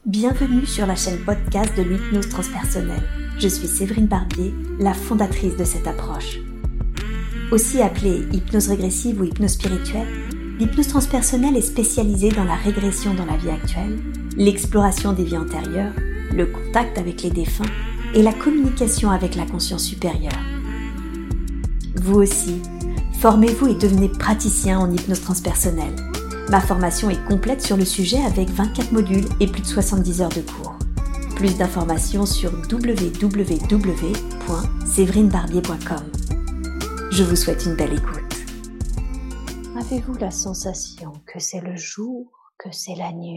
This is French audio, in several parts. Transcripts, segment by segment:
Bienvenue sur la chaîne podcast de l'hypnose transpersonnelle. Je suis Séverine Barbier, la fondatrice de cette approche. Aussi appelée hypnose régressive ou hypnose spirituelle, l'hypnose transpersonnelle est spécialisée dans la régression dans la vie actuelle, l'exploration des vies antérieures, le contact avec les défunts et la communication avec la conscience supérieure. Vous aussi, formez-vous et devenez praticien en hypnose transpersonnelle. Ma formation est complète sur le sujet avec 24 modules et plus de 70 heures de cours. Plus d'informations sur www.séverinebarbier.com. Je vous souhaite une belle écoute. Avez-vous la sensation que c'est le jour, que c'est la nuit ?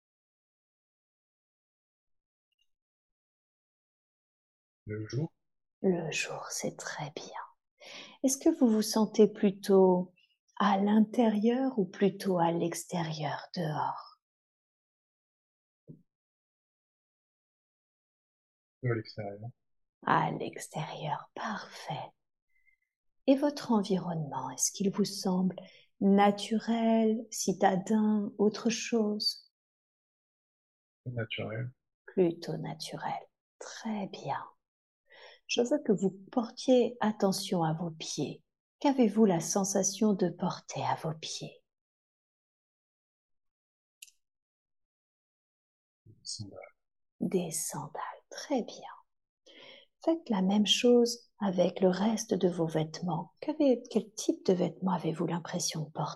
Le jour? Le jour, c'est très bien. Est-ce que vous vous sentez plutôt à l'intérieur ou plutôt à l'extérieur, dehors ? À l'extérieur. À l'extérieur, parfait. Et votre environnement, est-ce qu'il vous semble naturel, citadin, autre chose ? Naturel. Plutôt naturel. Très bien. Je veux que vous portiez attention à vos pieds. Qu'avez-vous la sensation de porter à vos pieds ? Sandales. Des sandales. Très bien. Faites la même chose avec le reste de vos vêtements. Quel type de vêtements avez-vous l'impression de porter ?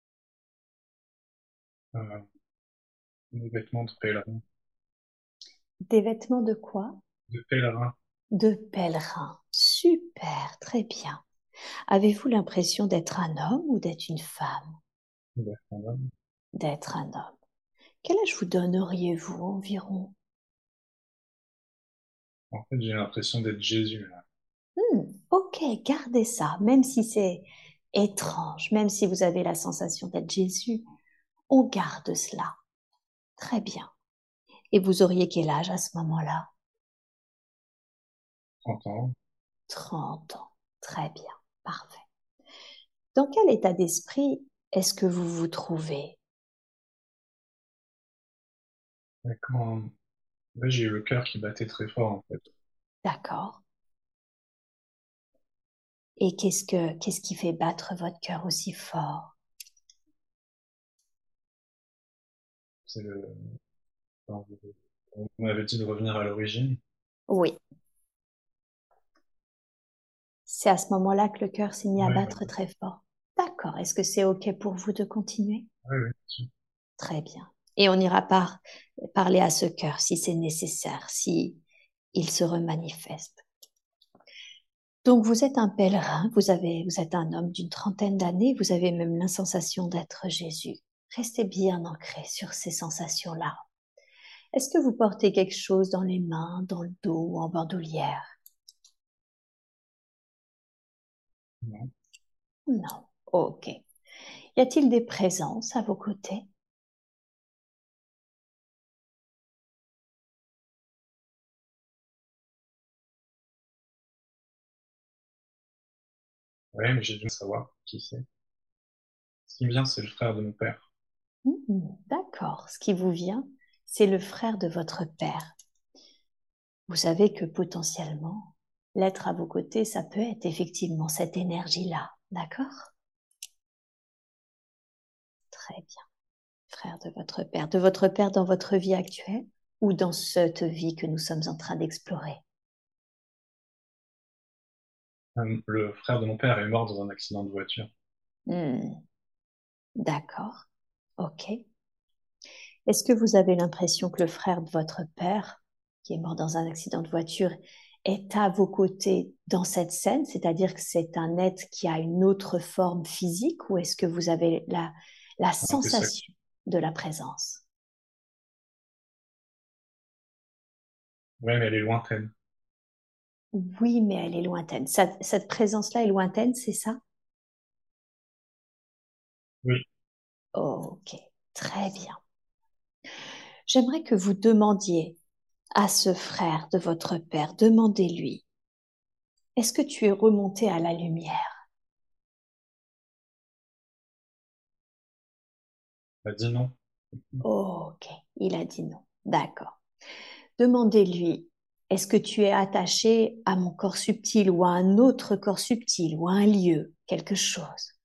Des vêtements de pèlerin. Des vêtements de quoi ? De pèlerin. De pèlerin. Super, très bien. Avez-vous l'impression d'être un homme ou d'être une femme ? D'être un homme. D'être un homme. Quel âge vous donneriez-vous environ ? En fait, j'ai l'impression d'être Jésus, là. Ok, gardez ça, même si c'est étrange, même si vous avez la sensation d'être Jésus, on garde cela. Très bien. Et vous auriez quel âge à ce moment-là ? 30 ans. 30 ans. Très bien, parfait. Dans quel état d'esprit est-ce que vous vous trouvez ? Et là, j'ai eu le cœur qui battait très fort, en fait. D'accord. Et qu'est-ce qui fait battre votre cœur aussi fort ? C'est enfin, on m'avait dit de revenir à l'origine. Oui. C'est à ce moment-là que le cœur s'est mis à Ouais, battre très fort. D'accord. Est-ce que c'est OK pour vous de continuer ? ouais, bien sûr. Très bien. Et on ira parler à ce cœur si c'est nécessaire, si il se remanifeste. Donc vous êtes un pèlerin, vous êtes un homme d'une trentaine d'années, vous avez même la sensation d'être Jésus. Restez bien ancré sur ces sensations-là. Est-ce que vous portez quelque chose dans les mains, dans le dos ou en bandoulière ? Non. Non. OK. Y a-t-il des présences à vos côtés ? Ouais, mais j'ai dû savoir qui c'est. Ce qui me vient, c'est le frère de mon père. D'accord. Ce qui vous vient, c'est le frère de votre père. Vous savez que potentiellement, l'être à vos côtés, ça peut être effectivement cette énergie-là. D'accord ? Très bien. Frère de votre père. De votre père dans votre vie actuelle ou dans cette vie que nous sommes en train d'explorer ? Le frère de mon père est mort dans un accident de voiture. D'accord. OK. Est-ce que vous avez l'impression que le frère de votre père, qui est mort dans un accident de voiture, est à vos côtés dans cette scène, c'est-à-dire que c'est un être qui a une autre forme physique, ou est-ce que vous avez la Un peu ça. sensation de la présence ? Ouais, mais elle est lointaine. Oui, mais elle est lointaine. Cette présence-là est lointaine, c'est ça ? Oui. Ok, très bien. J'aimerais que vous demandiez à ce frère de votre père, demandez-lui, est-ce que tu es remonté à la lumière ? Elle a dit non. Ok, il a dit non. D'accord. Demandez-lui, est-ce que tu es attaché à mon corps subtil ou à un autre corps subtil ou à un lieu, quelque chose?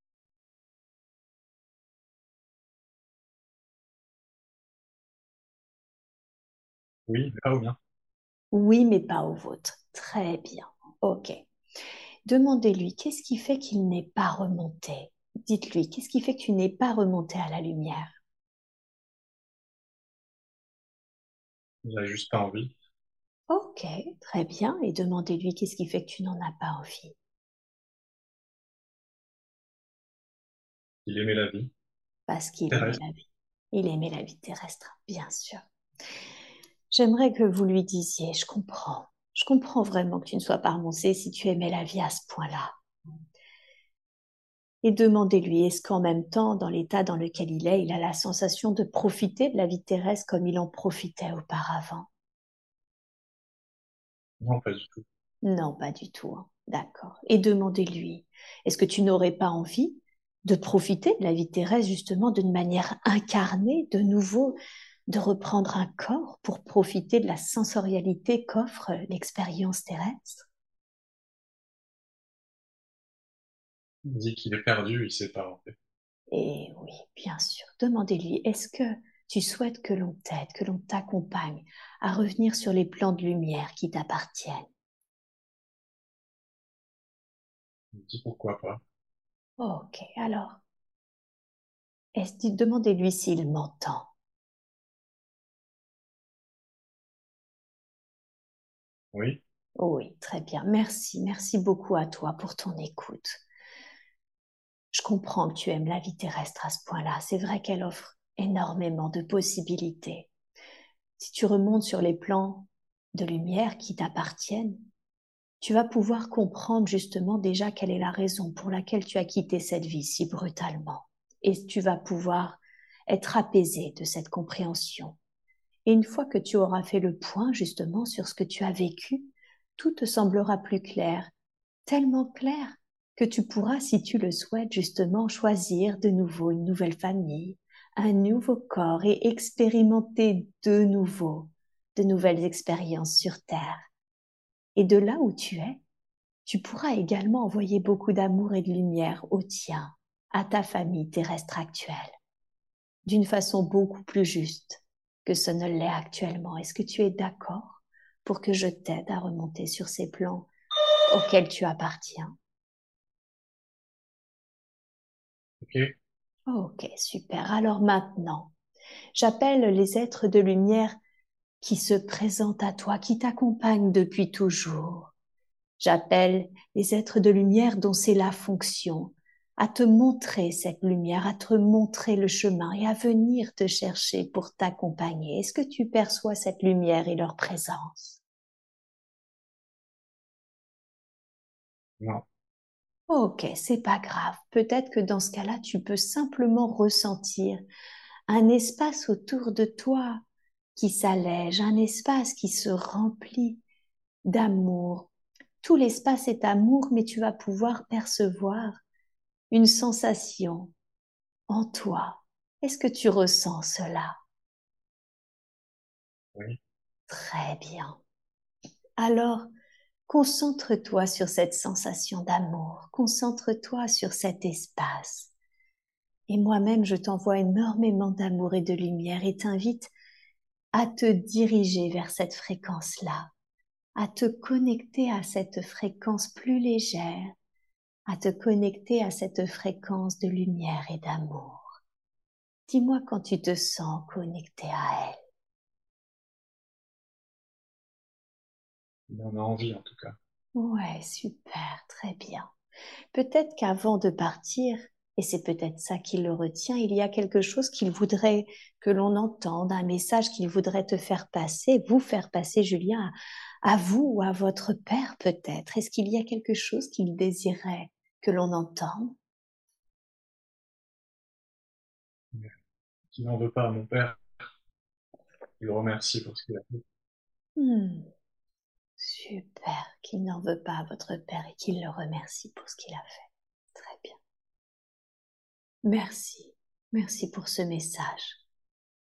Oui, là ou bien. Oui, mais pas au vôtre. Très bien. Ok. Demandez-lui, qu'est-ce qui fait qu'il n'est pas remonté? Dites-lui, qu'est-ce qui fait que tu n'es pas remonté à la lumière? J'ai juste pas envie. Ok, très bien. Et demandez-lui, qu'est-ce qui fait que tu n'en as pas envie? Il aimait la vie Parce qu'il aimait terrestre. la vie. Il aimait la vie terrestre, bien sûr. J'aimerais que vous lui disiez, je comprends. Je comprends vraiment que tu ne sois pas remonté si tu aimais la vie à ce point-là. Et demandez-lui, est-ce qu'en même temps, dans l'état dans lequel il a la sensation de profiter de la vie terrestre comme il en profitait auparavant? Non, pas du tout. Non, pas du tout, hein. D'accord. Et demandez-lui, est-ce que tu n'aurais pas envie de profiter de la vie terrestre justement d'une manière incarnée, de nouveau, de reprendre un corps pour profiter de la sensorialité qu'offre l'expérience terrestre? Il dit qu'il est perdu, il sait pas en fait. Et oui, bien sûr. Demandez-lui, est-ce que tu souhaites que l'on t'aide, que l'on t'accompagne à revenir sur les plans de lumière qui t'appartiennent? Il dit pourquoi pas. Ok, alors, demandez-lui s'il m'entend. Oui, Oui, très bien. Merci, merci beaucoup à toi pour ton écoute. Je comprends que tu aimes la vie terrestre à ce point-là. C'est vrai qu'elle offre énormément de possibilités. Si tu remontes sur les plans de lumière qui t'appartiennent, tu vas pouvoir comprendre justement déjà quelle est la raison pour laquelle tu as quitté cette vie si brutalement. Et tu vas pouvoir être apaisé de cette compréhension. Et une fois que tu auras fait le point justement sur ce que tu as vécu, tout te semblera plus clair, tellement clair que tu pourras, si tu le souhaites, justement choisir de nouveau une nouvelle famille, un nouveau corps et expérimenter de nouveau de nouvelles expériences sur Terre. Et de là où tu es, tu pourras également envoyer beaucoup d'amour et de lumière au tien, à ta famille terrestre actuelle, d'une façon beaucoup plus juste que ce ne l'est actuellement. Est-ce que tu es d'accord pour que je t'aide à remonter sur ces plans auxquels tu appartiens? ok. Ok, super. Alors maintenant, j'appelle les êtres de lumière qui se présentent à toi, qui t'accompagnent depuis toujours. J'appelle les êtres de lumière dont c'est la fonction, à te montrer cette lumière, à te montrer le chemin et à venir te chercher pour t'accompagner. Est-ce que tu perçois cette lumière et leur présence? Non, Ok, c'est pas grave. Peut-être que dans ce cas-là, tu peux simplement ressentir un espace autour de toi qui s'allège, un espace qui se remplit d'amour. Tout l'espace est amour, mais tu vas pouvoir percevoir une sensation en toi. Est-ce que tu ressens cela? oui, Très bien. Alors, concentre-toi sur cette sensation d'amour, concentre-toi sur cet espace. Et moi-même, je t'envoie énormément d'amour et de lumière et t'invite à te diriger vers cette fréquence-là, à te connecter à cette fréquence plus légère, à te connecter à cette fréquence de lumière et d'amour. Dis-moi quand tu te sens connecté à elle. il en a envie en tout cas. Ouais, super, très bien. Peut-être qu'avant de partir, et c'est peut-être ça qui le retient, il y a quelque chose qu'il voudrait que l'on entende, un message qu'il voudrait te faire passer, vous faire passer, Julien, à vous ou à votre père peut-être. Est-ce qu'il y a quelque chose qu'il désirait que l'on entende? Qui n'en veut pas à mon père, il le remercie pour ce qu'il a fait. Hmm, super, qu'il n'en veut pas à votre père et qu'il le remercie pour ce qu'il a fait. Très bien. Merci, merci pour ce message.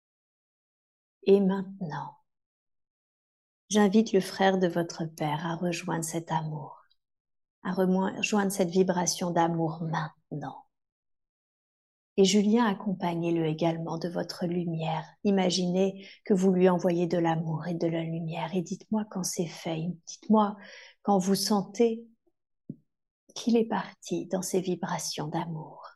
Et maintenant, j'invite le frère de votre père à rejoindre cet amour, à rejoindre cette vibration d'amour maintenant. Et Julien, accompagnez-le également de votre lumière. Imaginez que vous lui envoyez de l'amour et de la lumière. Et dites-moi quand c'est fait. Dites-moi quand vous sentez qu'il est parti dans ces vibrations d'amour.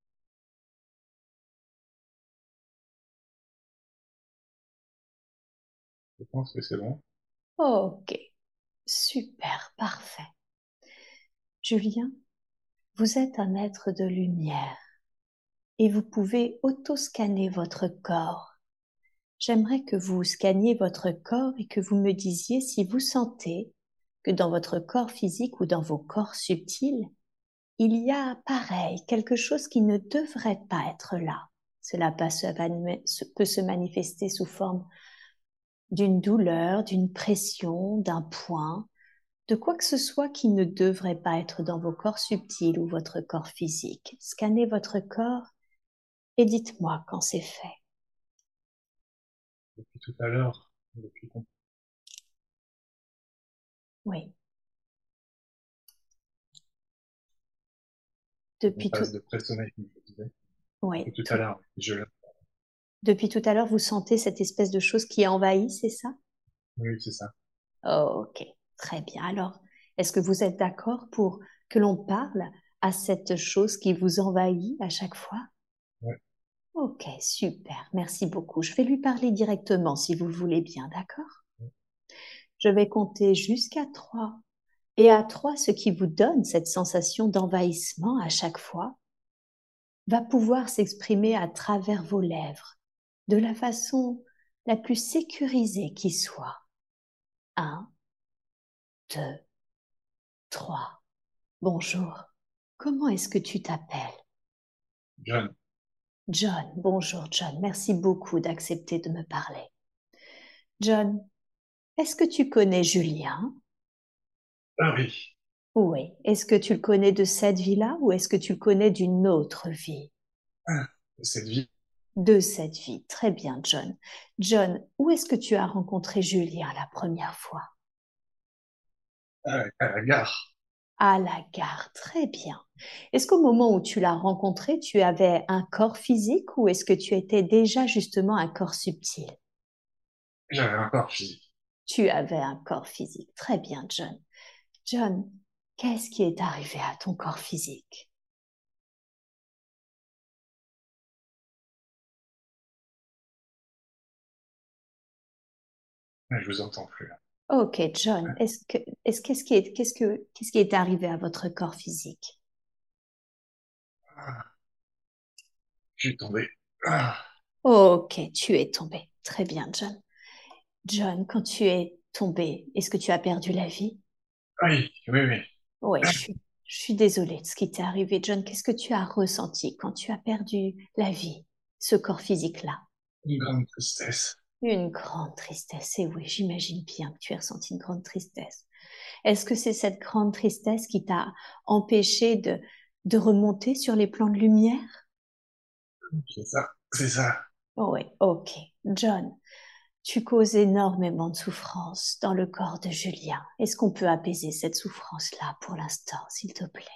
Je pense que c'est bon. Ok, super, parfait. Julien, vous êtes un être de lumière et vous pouvez auto-scanner votre corps. J'aimerais que vous scanniez votre corps et que vous me disiez si vous sentez que dans votre corps physique ou dans vos corps subtils, il y a pareil, quelque chose qui ne devrait pas être là. Cela peut se manifester sous forme d'une douleur, d'une pression, d'un point, de quoi que ce soit qui ne devrait pas être dans vos corps subtils ou votre corps physique. Scannez votre corps et dites-moi quand c'est fait. Depuis tout à l'heure, depuis qu'on Oui. Depuis tout, passe de pré-sommeil, comme je disais. oui, Depuis tout à l'heure, depuis tout à l'heure, vous sentez cette espèce de chose qui envahit, c'est ça? oui, c'est ça. Oh, ok, très bien. Alors, est-ce que vous êtes d'accord pour que l'on parle à cette chose qui vous envahit à chaque fois? Ouais. Ok, super, merci beaucoup. Je vais lui parler directement si vous le voulez bien, d'accord? Je vais compter jusqu'à 3. Et à 3, ce qui vous donne cette sensation d'envahissement à chaque fois va pouvoir s'exprimer à travers vos lèvres de la façon la plus sécurisée qui soit. 1, 2, 3. Bonjour. Comment est-ce que tu t'appelles? John. John. Bonjour John. Merci beaucoup d'accepter de me parler. John, est-ce que tu connais Julien? Ah oui. Oui. Est-ce que tu le connais de cette vie-là ou est-ce que tu le connais d'une autre vie? Ah, cette vie De cette vie. Très bien, John. John, où est-ce que tu as rencontré Julien la première fois? à la gare. À la gare. Très bien. Est-ce qu'au moment où tu l'as rencontré, tu avais un corps physique ou est-ce que tu étais déjà justement un corps subtil? J'avais un corps physique. Tu avais un corps physique. Très bien, John. John, qu'est-ce qui est arrivé à ton corps physique? Je vous entends plus. Ok, John, qu'est-ce qui est arrivé à votre corps physique? Ah, je suis tombé. Ah, Ok, tu es tombé. Très bien, John. John, quand tu es tombé, est-ce que tu as perdu la vie? oui, oui, oui. Oui, je suis désolée de ce qui t'est arrivé, John. Qu'est-ce que tu as ressenti quand tu as perdu la vie, ce corps physique-là? Une grande tristesse. Une grande tristesse. Et oui, j'imagine bien que tu as ressenti une grande tristesse. Est-ce que c'est cette grande tristesse qui t'a empêché de remonter sur les plans de lumière? C'est ça. C'est ça. Oh oui, ok. John, tu causes énormément de souffrance dans le corps de Julien. Est-ce qu'on peut apaiser cette souffrance-là pour l'instant, s'il te plaît?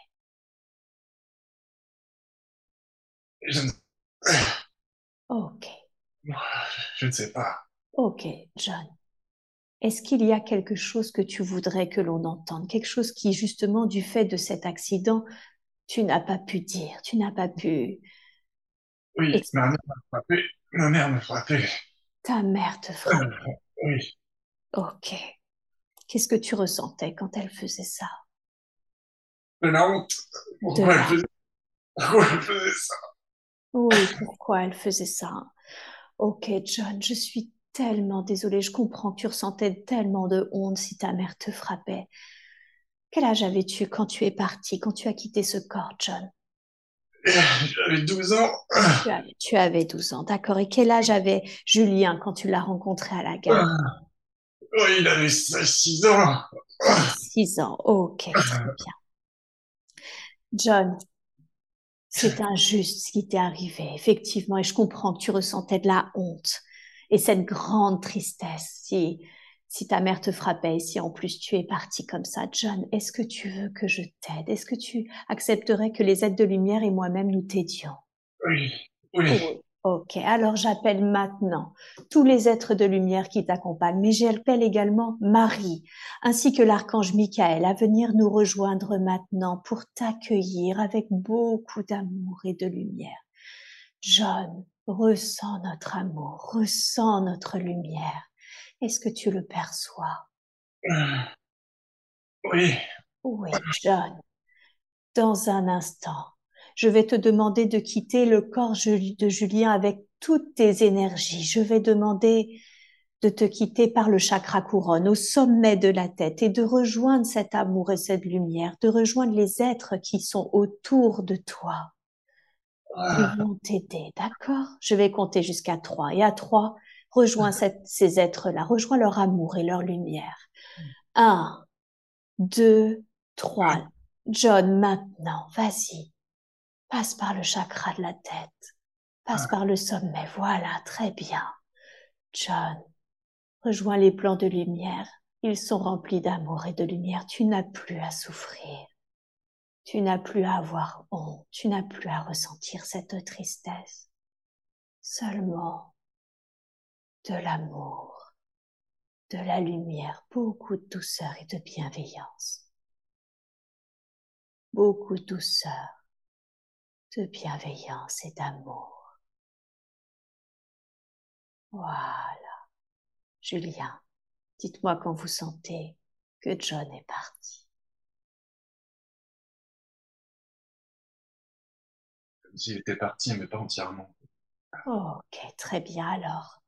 Je ne... Ok, je ne sais pas. ok, John. Est-ce qu'il y a quelque chose que tu voudrais que l'on entende? Quelque chose qui, justement, du fait de cet accident, tu n'as pas pu dire, tu n'as pas pu Oui, ma exprimer. mère m'a frappé. Ma mère m'a frappé. Ta mère te frappe. Oui. Ok. Qu'est-ce que tu ressentais quand elle faisait ça? De la honte. De Pourquoi elle là. faisait, pourquoi elle faisait ça? Oui, pourquoi elle faisait ça? Ok, John, je suis tellement désolée. Je comprends que tu ressentais tellement de honte si ta mère te frappait. Quel âge avais-tu quand tu es parti, quand tu as quitté ce corps, John? J'avais 12 ans. Tu avais 12 ans, d'accord. Et quel âge avait Julien quand tu l'as rencontré à la gare? Oh, il avait 6 ans. 6 ans, ok, très bien. John, c'est injuste ce qui t'est arrivé, effectivement, et je comprends que tu ressentais de la honte. Et cette grande tristesse, si ta mère te frappait et si en plus tu es parti comme ça, John, est-ce que tu veux que je t'aide? Est-ce que tu accepterais que les êtres de lumière et moi-même nous t'aidions? Oui, oui. Oui. Ok, alors j'appelle maintenant tous les êtres de lumière qui t'accompagnent, mais j'appelle également Marie, ainsi que l'archange Michael à venir nous rejoindre maintenant pour t'accueillir avec beaucoup d'amour et de lumière. John, ressens notre amour, ressens notre lumière. Est-ce que tu le perçois? Oui. Oui, John. Dans un instant, je vais te demander de quitter le corps de Julien avec toutes tes énergies. Je vais demander de te quitter par le chakra couronne, au sommet de la tête, et de rejoindre cet amour et cette lumière, de rejoindre les êtres qui sont autour de toi. Ils vont t'aider, d'accord? Je vais compter jusqu'à 3. Et à 3, rejoins ces êtres-là, rejoins leur amour et leur lumière. 1, 2, 3. John, maintenant, vas-y. Passe par le chakra de la tête. Passe par le sommet. Voilà, très bien. John, rejoins les plans de lumière. Ils sont remplis d'amour et de lumière. Tu n'as plus à souffrir. Tu n'as plus à avoir honte. Tu n'as plus à ressentir cette tristesse. Seulement de l'amour, de la lumière, beaucoup de douceur et de bienveillance. Beaucoup de douceur, de bienveillance et d'amour. Voilà. Julien, dites-moi quand vous sentez que John est parti. Comme s'il était parti, mais pas entièrement. Ok, très bien alors.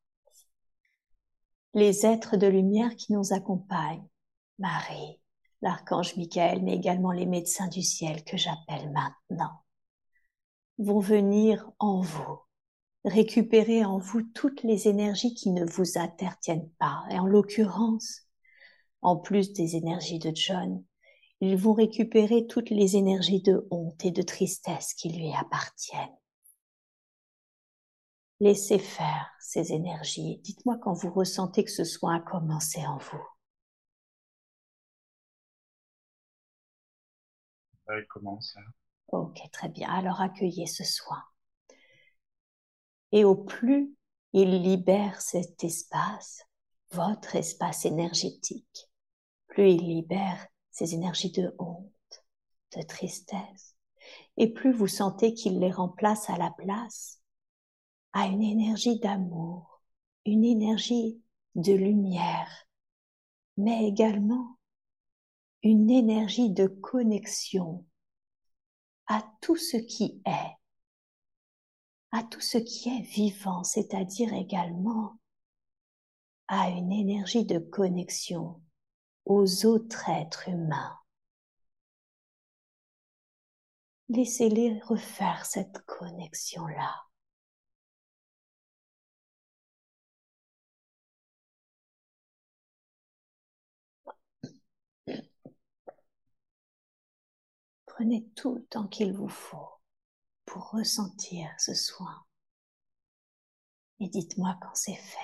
Les êtres de lumière qui nous accompagnent, Marie, l'archange Michael, mais également les médecins du ciel que j'appelle maintenant, vont venir en vous, récupérer en vous toutes les énergies qui ne vous appartiennent pas. Et en l'occurrence, en plus des énergies de John, ils vont récupérer toutes les énergies de honte et de tristesse qui lui appartiennent. Laissez faire ces énergies. Dites-moi quand vous ressentez que ce soin a commencé en vous. Là, il commence. Là. Ok, très bien. Alors accueillez ce soin. Et au plus il libère cet espace, votre espace énergétique, plus il libère ces énergies de honte, de tristesse, et plus vous sentez qu'il les remplace à la place à une énergie d'amour, une énergie de lumière, mais également une énergie de connexion à tout ce qui est, à tout ce qui est vivant, c'est-à-dire également à une énergie de connexion aux autres êtres humains. Laissez-les refaire cette connexion-là. Prenez tout le temps qu'il vous faut pour ressentir ce soin. Et dites-moi quand c'est fait.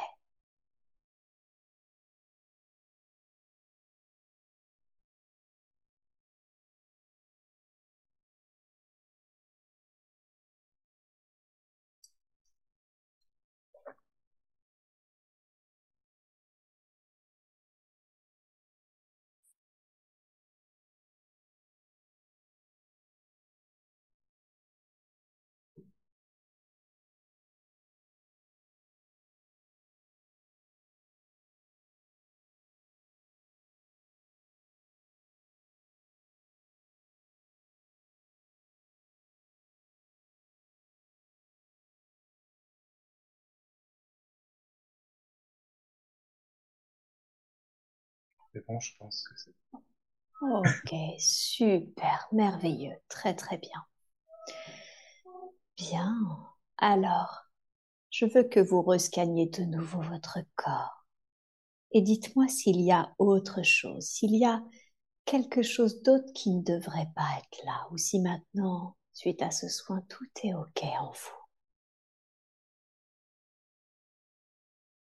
C'est bon, je pense que c'est... Ok, super, merveilleux, très très bien. Bien, alors, je veux que vous rescanniez de nouveau votre corps et dites-moi s'il y a autre chose, s'il y a quelque chose d'autre qui ne devrait pas être là, ou si maintenant, suite à ce soin, tout est ok en vous.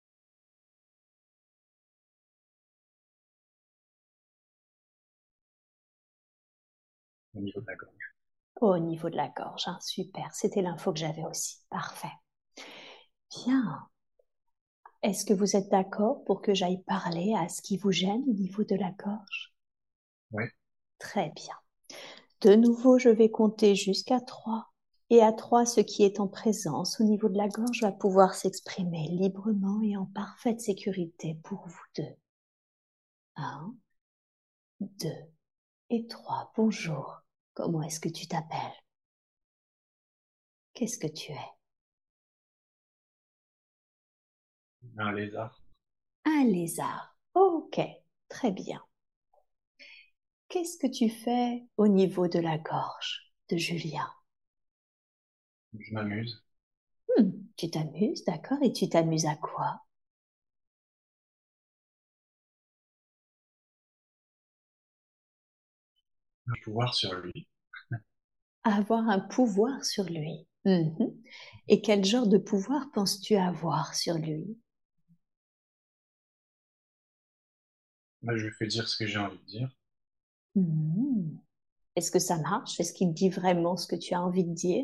au niveau de la gorge. Au niveau de la gorge, hein, super. C'était l'info que j'avais aussi. Parfait. Bien. Est-ce que vous êtes d'accord pour que j'aille parler à ce qui vous gêne au niveau de la gorge? Oui, Très bien. De nouveau, je vais compter jusqu'à 3. Et à 3, ce qui est en présence au niveau de la gorge va pouvoir s'exprimer librement et en parfaite sécurité pour vous deux. 1, 2 et 3. Bonjour. Comment est-ce que tu t'appelles? Qu'est-ce que tu es? un lézard. Un lézard. Ok, très bien. Qu'est-ce que tu fais au niveau de la gorge de Julien? Je m'amuse. Tu t'amuses, d'accord, et tu t'amuses à quoi? Un pouvoir sur lui. À avoir un pouvoir sur lui. Mhm. Et quel genre de pouvoir penses-tu avoir sur lui? Je lui fais dire ce que j'ai envie de dire. Mhm. Est-ce que ça marche? Est-ce qu'il dit vraiment ce que tu as envie de dire?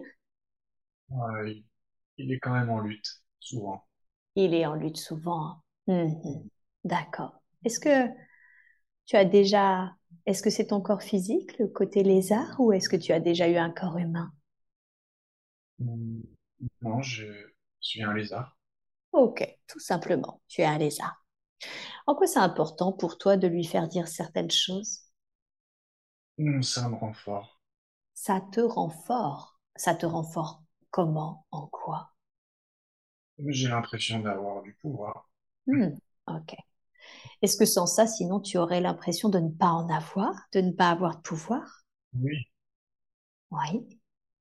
Il est quand même en lutte, souvent. Il est en lutte souvent. Mhm. D'accord. Est-ce que tu as déjà... Est-ce que c'est ton corps physique, le côté lézard, ou est-ce que tu as déjà eu un corps humain? Hmm, Non, je suis un lézard. Ok, tout simplement, tu es un lézard. En quoi c'est important pour toi de lui faire dire certaines choses? Ça me rend fort. Ça te rend fort. Ça te rend fort comment? En quoi? J'ai l'impression d'avoir du pouvoir. Ok. Est-ce que sans ça, sinon, tu aurais l'impression de ne pas en avoir, de ne pas avoir de pouvoir? Oui, Oui.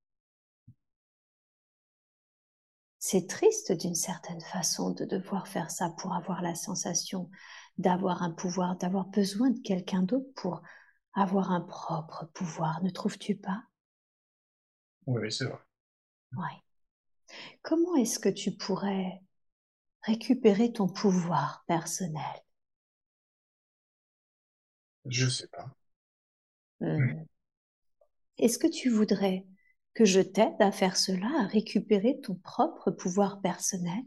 C'est triste d'une certaine façon de devoir faire ça pour avoir la sensation d'avoir un pouvoir, d'avoir besoin de quelqu'un d'autre pour avoir un propre pouvoir, ne trouves-tu pas? oui, c'est vrai. Oui. Comment est-ce que tu pourrais récupérer ton pouvoir personnel? Je sais pas. Hmm. Est-ce que tu voudrais que je t'aide à faire cela, à récupérer ton propre pouvoir personnel?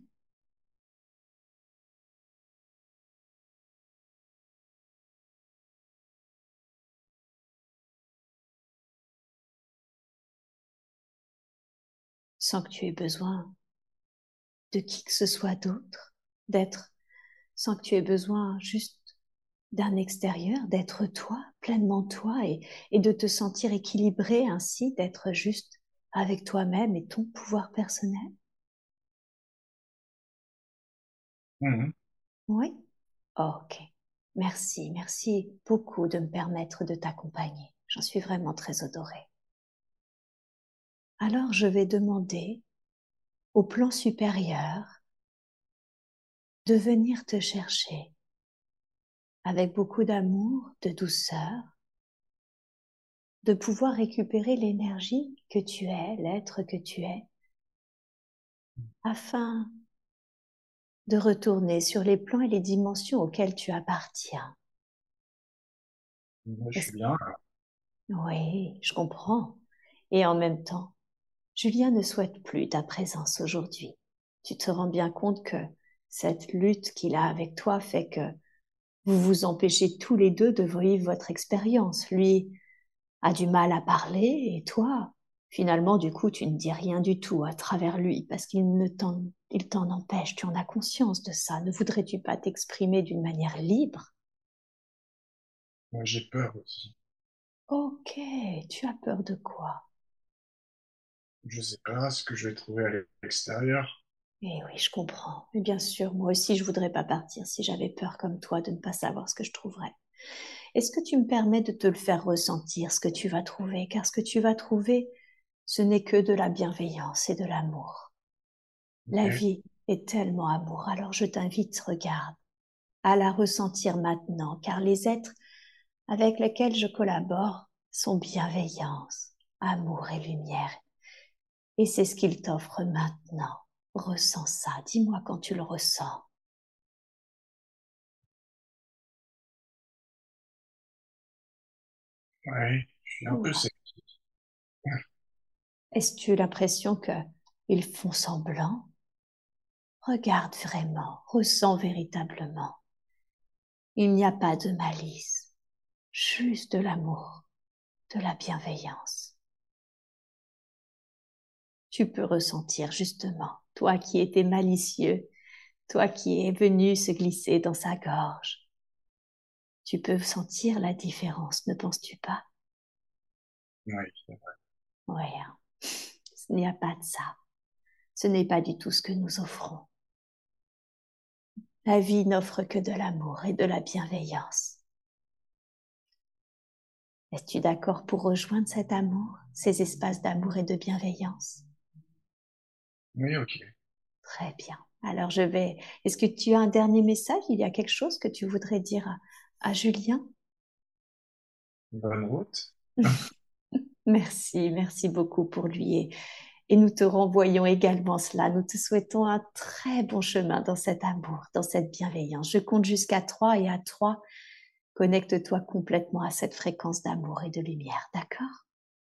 Sans que tu aies besoin de qui que ce soit d'autre, d'être, sans que tu aies besoin juste d'un extérieur, d'être toi, pleinement toi, et de te sentir équilibré ainsi, d'être juste avec toi-même et ton pouvoir personnel? Mhm. Oui? Ok. Merci, merci beaucoup de me permettre de t'accompagner. J'en suis vraiment très honorée. Alors je vais demander au plan supérieur de venir te chercher avec beaucoup d'amour, de douceur, de pouvoir récupérer l'énergie que tu es, l'être que tu es, afin de retourner sur les plans et les dimensions auxquelles tu appartiens. Moi, je suis Est-ce- bien. Oui, je comprends. Et en même temps, Julien ne souhaite plus ta présence aujourd'hui. Tu te rends bien compte que cette lutte qu'il a avec toi fait que vous vous empêchez tous les deux de vivre votre expérience. Lui a du mal à parler et toi, finalement, du coup, tu ne dis rien du tout à travers lui parce il t'en empêche. Tu en as conscience de ça. Ne voudrais-tu pas t'exprimer d'une manière libre? Moi, j'ai peur aussi. Ok, tu as peur de quoi? Je sais pas ce que je vais trouver à l'extérieur. Eh oui, je comprends. Mais bien sûr, moi aussi, je voudrais pas partir si j'avais peur comme toi de ne pas savoir ce que je trouverais. Est-ce que tu me permets de te le faire ressentir, ce que tu vas trouver? Car ce que tu vas trouver, ce n'est que de la bienveillance et de l'amour. La Ok. vie est tellement amour, alors je t'invite, regarde, à la ressentir maintenant, car les êtres avec lesquels je collabore sont bienveillance, amour et lumière. Et c'est ce qu'ils t'offrent maintenant. Ressens ça, dis-moi quand tu le ressens. Ouais, je suis un peu Ouah. sec. Est-ce l'impression qu'ils font semblant? Regarde vraiment, ressens véritablement. Il n'y a pas de malice, juste de l'amour, de la bienveillance. Tu peux ressentir justement, toi qui étais malicieux, toi qui es venu se glisser dans sa gorge. Tu peux sentir la différence, ne penses-tu pas? Oui, c'est vrai. Oui, hein. Il n'y a pas de ça. Ce n'est pas du tout ce que nous offrons. La vie n'offre que de l'amour et de la bienveillance. Es-tu d'accord pour rejoindre cet amour, ces espaces d'amour et de bienveillance? Oui, ok. Très bien. Alors je vais... Est-ce que tu as un dernier message? Il y a quelque chose que tu voudrais dire à Julien? Bonne route. Merci, merci beaucoup pour lui et nous te renvoyons également cela. Nous te souhaitons un très bon chemin dans cet amour, dans cette bienveillance. Je compte jusqu'à 3 et à 3, connecte-toi complètement à cette fréquence d'amour et de lumière, d'accord?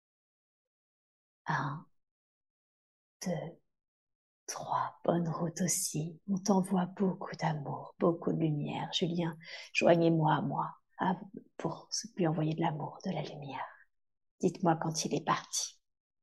1, 2, 3. Bonne route aussi. On t'envoie beaucoup d'amour, beaucoup de lumière. Julien, joignez-moi à moi pour lui envoyer de l'amour, de la lumière. Dites-moi quand il est parti.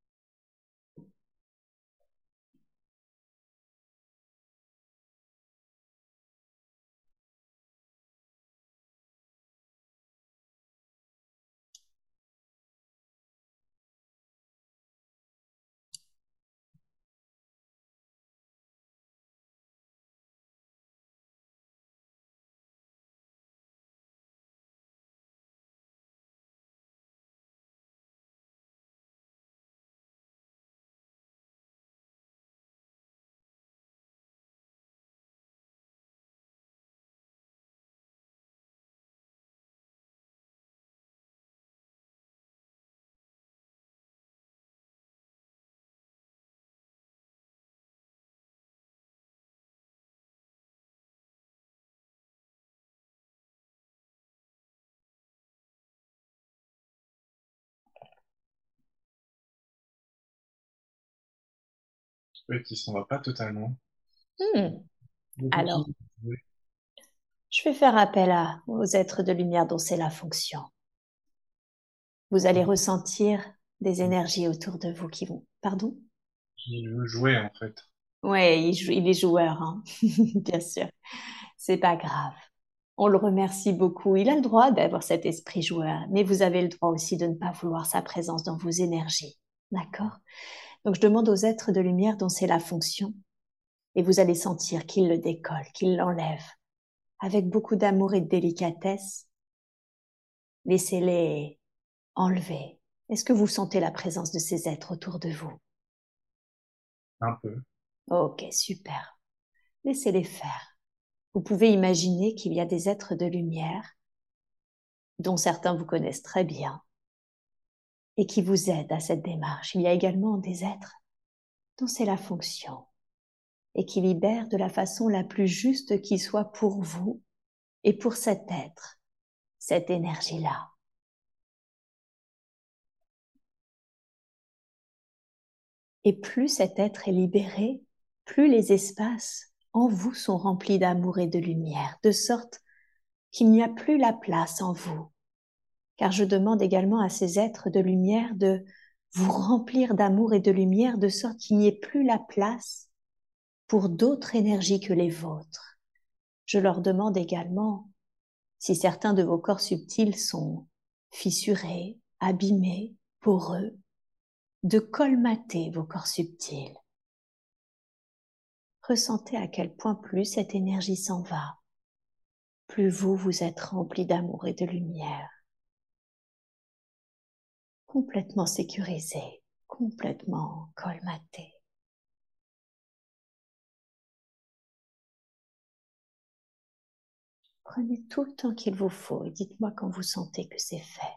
Peut-être qu'il s'en va pas totalement. Hmm. Il Alors, continue. Oui. je vais faire appel aux êtres de lumière dont c'est la fonction. Vous allez ressentir des énergies autour de vous qui vont... Pardon? Il veut jouer, en fait. Ouais, il est joueur, hein. Bien sûr. C'est pas grave. On le remercie beaucoup. Il a le droit d'avoir cet esprit joueur, mais vous avez le droit aussi de ne pas vouloir sa présence dans vos énergies. D'accord? Donc, je demande aux êtres de lumière dont c'est la fonction, et vous allez sentir qu'il le décolle, qu'il l'enlève. Avec beaucoup d'amour et de délicatesse, laissez-les enlever. Est-ce que vous sentez la présence de ces êtres autour de vous? Un peu. Ok, super. Laissez-les faire. Vous pouvez imaginer qu'il y a des êtres de lumière dont certains vous connaissent très bien et qui vous aident à cette démarche. Il y a également des êtres dont c'est la fonction et qui libèrent de la façon la plus juste qui soit pour vous et pour cet être, cette énergie-là. Et plus cet être est libéré, plus les espaces en vous sont remplis d'amour et de lumière, de sorte qu'il n'y a plus la place en vous. Car je demande également à ces êtres de lumière de vous remplir d'amour et de lumière, de sorte qu'il n'y ait plus la place pour d'autres énergies que les vôtres. Je leur demande également, si certains de vos corps subtils sont fissurés, abîmés, poreux, de colmater vos corps subtils. Ressentez à quel point plus cette énergie s'en va, plus vous vous êtes rempli d'amour et de lumière, complètement sécurisé, complètement colmaté. Prenez tout le temps qu'il vous faut et dites-moi quand vous sentez que c'est fait.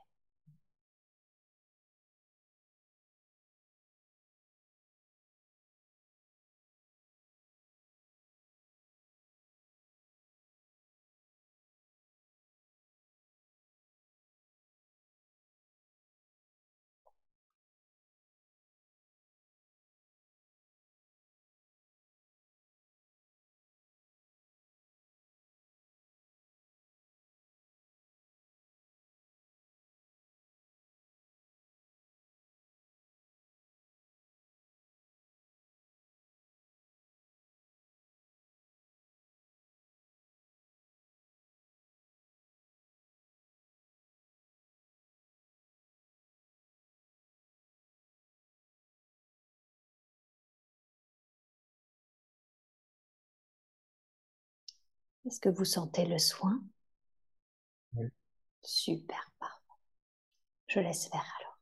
Est-ce que vous sentez le soin? Oui. Super, parfait. Je laisse faire alors.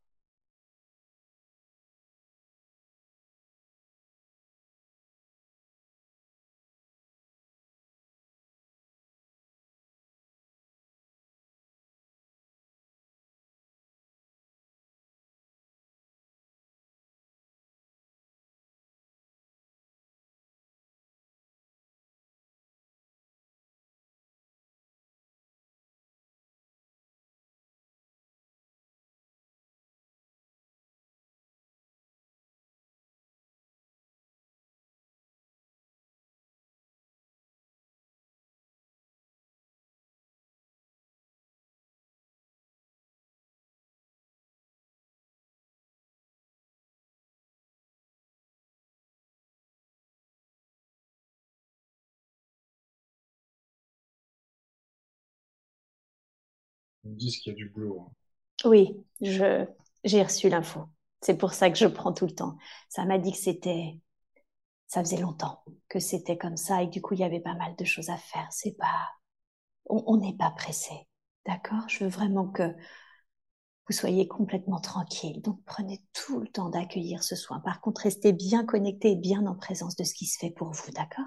Ils me disent qu'il y a du boulot, hein. Oui, j'ai reçu l'info. C'est pour ça que je prends tout le temps. Ça m'a dit que ça faisait longtemps que c'était comme ça et que du coup, il y avait pas mal de choses à faire. On n'est pas pressé. D'accord? Je veux vraiment que vous soyez complètement tranquille. Donc, prenez tout le temps d'accueillir ce soin. Par contre, restez bien connecté et bien en présence de ce qui se fait pour vous. D'accord?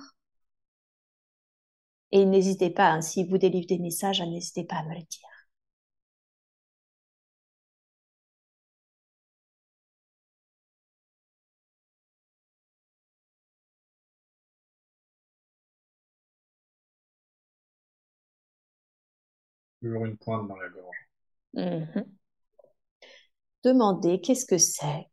Et n'hésitez pas, hein, si vous délivrez des messages, n'hésitez pas à me le dire. Toujours une pointe dans la gorge. Mhm. Demandez qu'est-ce que c'est.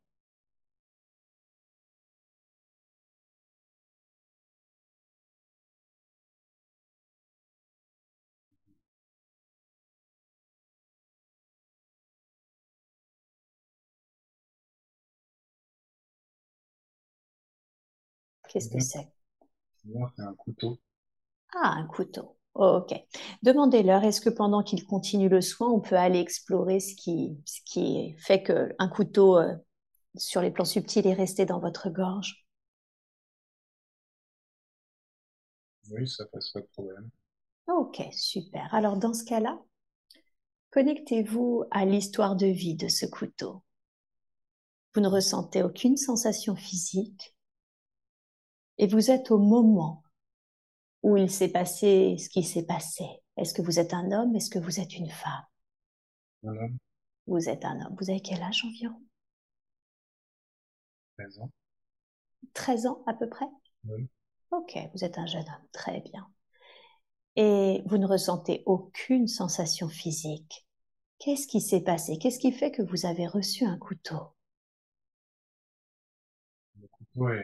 Qu'est-ce que Bien, c'est? bien, c'est un couteau. Ah, un couteau. Ok. Demandez-leur, est-ce que pendant qu'ils continuent le soin, on peut aller explorer ce qui fait qu'un couteau sur les plans subtils est resté dans votre gorge? Oui, ça passe pas de problème. Ok, super. Alors dans ce cas-là, connectez-vous à l'histoire de vie de ce couteau. Vous ne ressentez aucune sensation physique et vous êtes au moment où il s'est passé ce qui s'est passé. Est-ce que vous êtes un homme? Est-ce que vous êtes une femme? Un homme, Vous êtes un homme. Vous avez quel âge environ? 13 ans. 13 ans à peu près? Oui. Ok, vous êtes un jeune homme. Très bien. Et vous ne ressentez aucune sensation physique. Qu'est-ce qui s'est passé? Qu'est-ce qui fait que vous avez reçu un couteau? Le couteau est,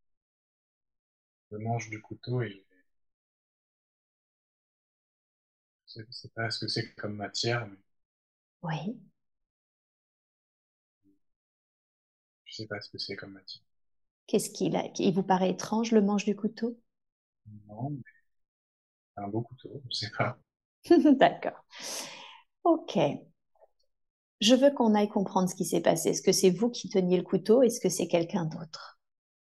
le manche du couteau, c'est pas ce que c'est comme matière, mais Oui. je sais pas ce que c'est comme matière. Qu'est-ce qu'il a? Il vous paraît étrange le manche du couteau? Non, mais c'est un beau couteau, je sais pas. D'accord. Ok. Je veux qu'on aille comprendre ce qui s'est passé. Est-ce que c'est vous qui teniez le couteau? Est-ce que c'est quelqu'un d'autre?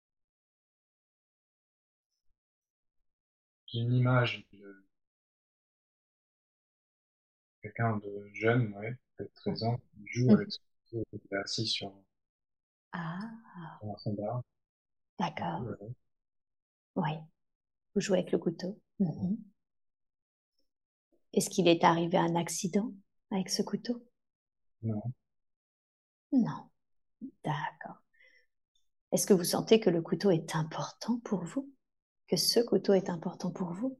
J'ai une image de quelqu'un de jeune, ouais, peut-être 13 ans, qui joue avec son couteau, qui est assis Ah, sur un standard. d'accord. Ouais. Oui. Vous jouez avec le couteau. Est-ce qu'il est arrivé un accident avec ce couteau? Non, Non. D'accord. Est-ce que vous sentez que le couteau est important pour vous? Que ce couteau est important pour vous?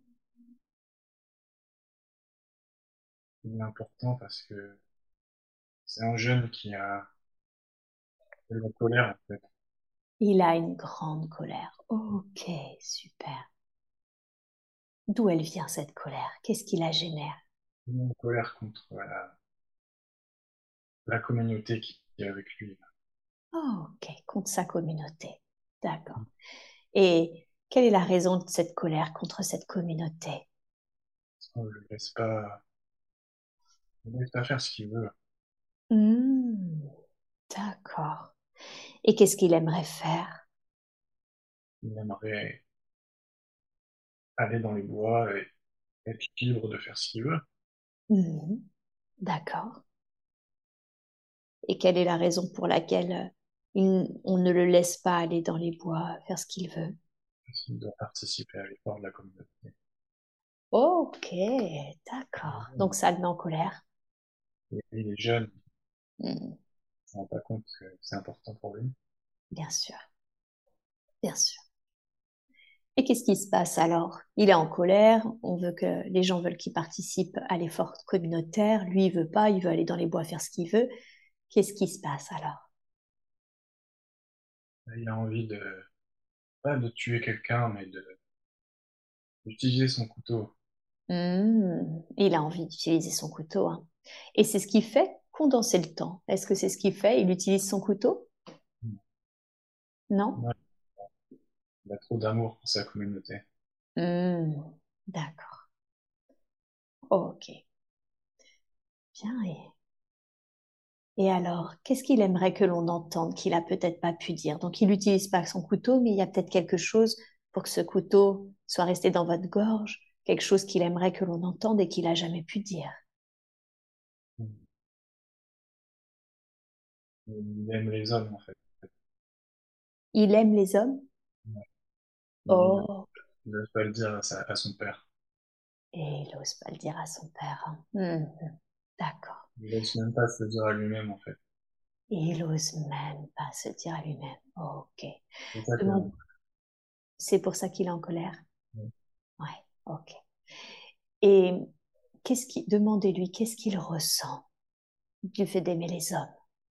c'est important parce que c'est un jeune qui a de la colère, en fait. Il a une grande colère. Ok, super. D'où elle vient cette colère? Qu'est-ce qui la génère? Une colère contre la communauté qui est avec lui. Ok, contre sa communauté. D'accord. Et quelle est la raison de cette colère contre cette communauté? On ne le laisse pas, on le laisse pas faire ce qu'il veut. Hmm, d'accord. Et qu'est-ce qu'il aimerait faire? Il aimerait aller dans les bois et être libre de faire ce qu'il veut. Mhm. D'accord. Et quelle est la raison pour laquelle on ne le laisse pas aller dans les bois, faire ce qu'il veut? Parce qu'il doit participer à l'effort de la communauté. Ok, d'accord. Donc Et ça le met en colère. il est jeune, Mhm. il ne se rend pas compte que c'est important pour lui. Bien sûr, bien sûr. Et qu'est-ce qui se passe alors? Il est en colère, on veut que les gens veulent qu'il participe à l'effort communautaire, lui il veut pas, il veut aller dans les bois faire ce qu'il veut. Qu'est-ce qui se passe alors? Il a envie pas de tuer quelqu'un, mais d'utiliser son couteau. Il a envie d'utiliser son couteau, hein. Et c'est ce qui fait condenser le temps. Est-ce que c'est ce qu'il fait? Il utilise son couteau? Non? Ouais, il a trop d'amour pour sa communauté. Hmm, d'accord. Ok. Bien. Et alors, qu'est-ce qu'il aimerait que l'on entende qu'il a peut-être pas pu dire? Donc, il n'utilise pas son couteau, mais il y a peut-être quelque chose pour que ce couteau soit resté dans votre gorge, quelque chose qu'il aimerait que l'on entende et qu'il a jamais pu dire. Il aime les hommes, en fait. Il aime les hommes? Ouais. Il Oh, n'ose pas le dire à son père. et il n'ose pas le dire à son père, hein. D'accord. Il n'ose même pas se le dire à lui-même, en fait. Et il ose même pas se dire à lui-même. Ok. C'est ça qu'il Demande- C'est pour ça qu'il est en colère. aime. Ouais, ok. Et demandez-lui qu'est-ce qu'il ressent du fait d'aimer les hommes.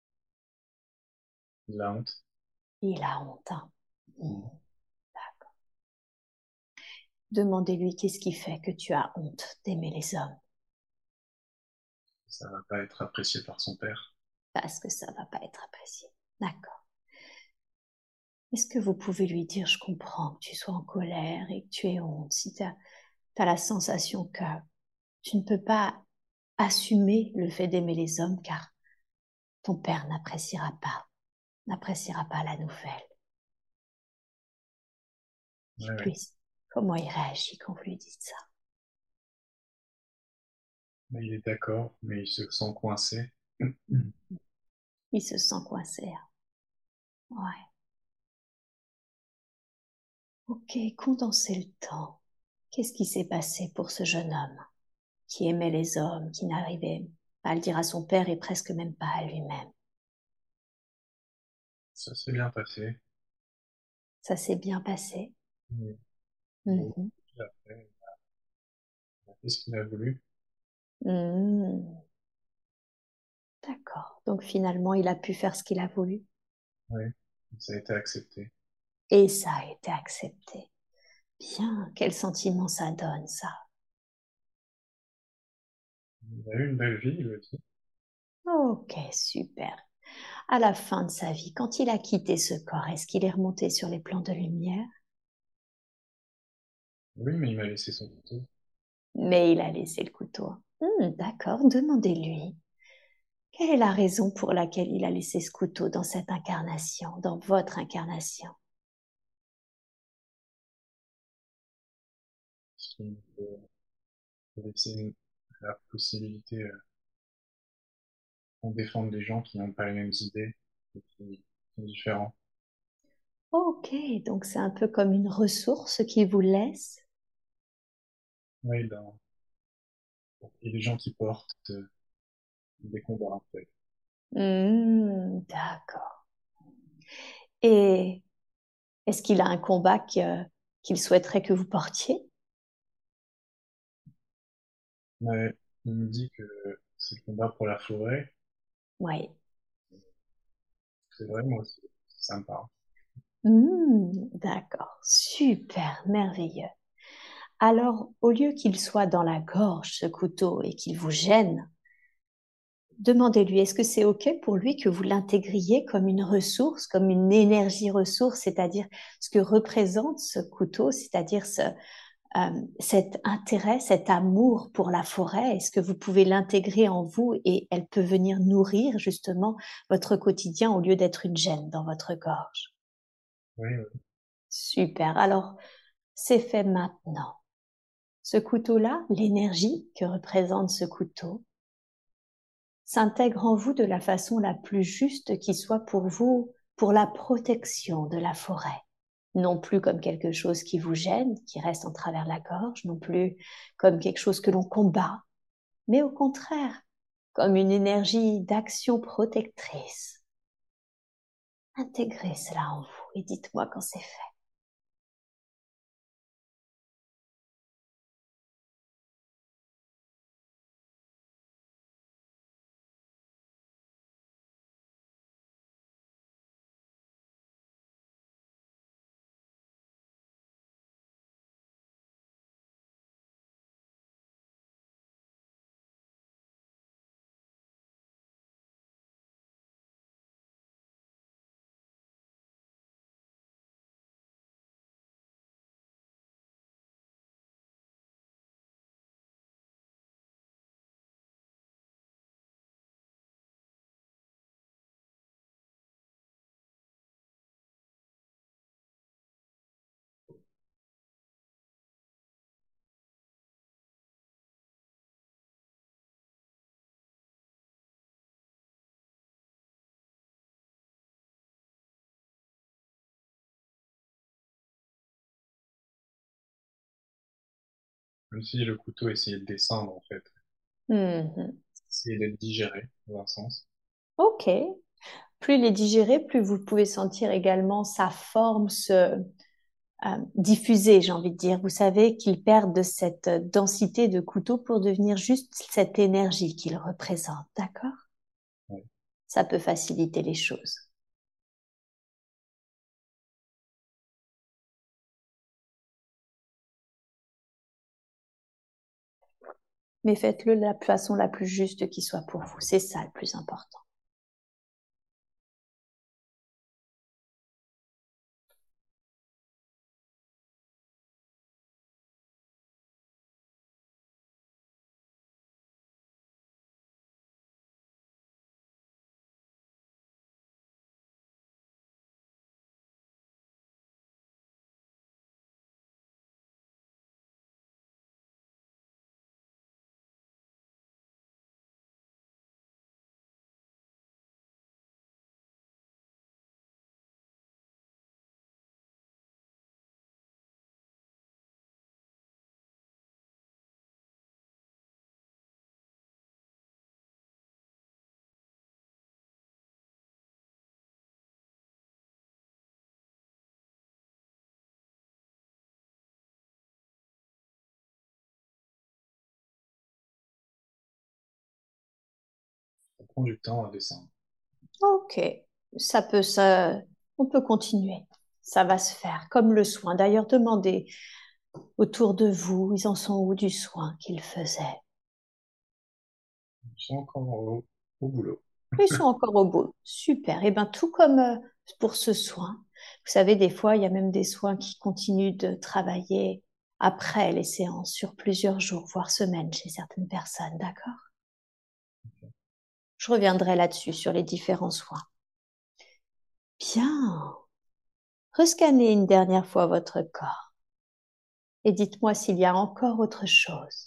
Il a honte. Il a honte, hein. Mm. D'accord. Demandez-lui qu'est-ce qui fait que tu as honte d'aimer les hommes, Ça va pas être apprécié par son père. parce que ça va pas être apprécié. D'accord. Est-ce que vous pouvez lui dire, je comprends que tu sois en colère et que tu aies honte, si tu as la sensation que tu ne peux pas assumer le fait d'aimer les hommes car ton père n'appréciera pas la nouvelle. Ouais, Et ouais. lui, comment il réagit quand vous lui dites ça? Mais il est d'accord, mais il se sent coincé. Il se sent coincé, hein. Ouais. Ok, condensez le temps. Qu'est-ce qui s'est passé pour ce jeune homme qui aimait les hommes, qui n'arrivait pas à le dire à son père et presque même pas à lui-même? Ça s'est bien passé. Ça s'est bien passé. Mais bon, Mhm. après, il a fait ce qu'il a voulu. Mhm. D'accord. Donc finalement, il a pu faire ce qu'il a voulu Ouais. Ça a été accepté. et ça a été accepté. Bien, quel sentiment ça donne, ça? Il a eu une belle vie, il le dit. Ok, super. À la fin de sa vie, quand il a quitté ce corps, est-ce qu'il est remonté sur les plans de lumière? Oui, mais il m'a laissé son couteau. Mais il a laissé le couteau. D'accord, demandez-lui. Quelle est la raison pour laquelle il a laissé ce couteau dans cette incarnation, dans votre incarnation? Il faut laisser la possibilité qu'on défende des gens qui n'ont pas les mêmes idées et qui sont différents. Ok, donc c'est un peu comme une ressource qui vous laisse. Oui, il y a des gens qui portent des combats, en fait. D'accord. Et est-ce qu'il a un combat qu'il souhaiterait que vous portiez? Mais il me dit que c'est le combat pour la forêt. Oui. C'est vrai, moi aussi, ça me parle. D'accord, super, merveilleux. Alors, au lieu qu'il soit dans la gorge, ce couteau, et qu'il vous gêne, demandez-lui, est-ce que c'est OK pour lui que vous l'intégriez comme une ressource, comme une énergie ressource, c'est-à-dire ce que représente ce couteau, c'est-à-dire cet intérêt, cet amour pour la forêt, est-ce que vous pouvez l'intégrer en vous et elle peut venir nourrir justement votre quotidien au lieu d'être une gêne dans votre gorge? Oui, oui. Super, alors c'est fait maintenant. Ce couteau-là, l'énergie que représente ce couteau, s'intègre en vous de la façon la plus juste qui soit pour vous, pour la protection de la forêt. Non plus comme quelque chose qui vous gêne, qui reste en travers la gorge, non plus comme quelque chose que l'on combat, mais au contraire, comme une énergie d'action protectrice. Intégrez cela en vous et dites-moi quand c'est fait. Comme si le couteau essayait de descendre, en fait. Mhm. Essayait d'être digéré, dans un sens. Ok. Plus il est digéré, plus vous pouvez sentir également sa forme se diffuser, j'ai envie de dire. Vous savez qu'il perd de cette densité de couteau pour devenir juste cette énergie qu'il représente, d'accord? Ouais. Ça peut faciliter les choses. Mais faites-le de la façon la plus juste qui soit pour vous. C'est ça le plus important. Ça prend du temps à descendre. Ok, on peut continuer. Ça va se faire comme le soin. D'ailleurs, demandez autour de vous, ils en sont où du soin qu'ils faisaient? Ils sont encore au boulot. Ils sont encore au bout. Super. Et bien, tout comme pour ce soin, vous savez, des fois, il y a même des soins qui continuent de travailler après les séances, sur plusieurs jours, voire semaines chez certaines personnes, d'accord? Je reviendrai là-dessus, sur les différents soins. Bien. Rescannez une dernière fois votre corps et dites-moi s'il y a encore autre chose.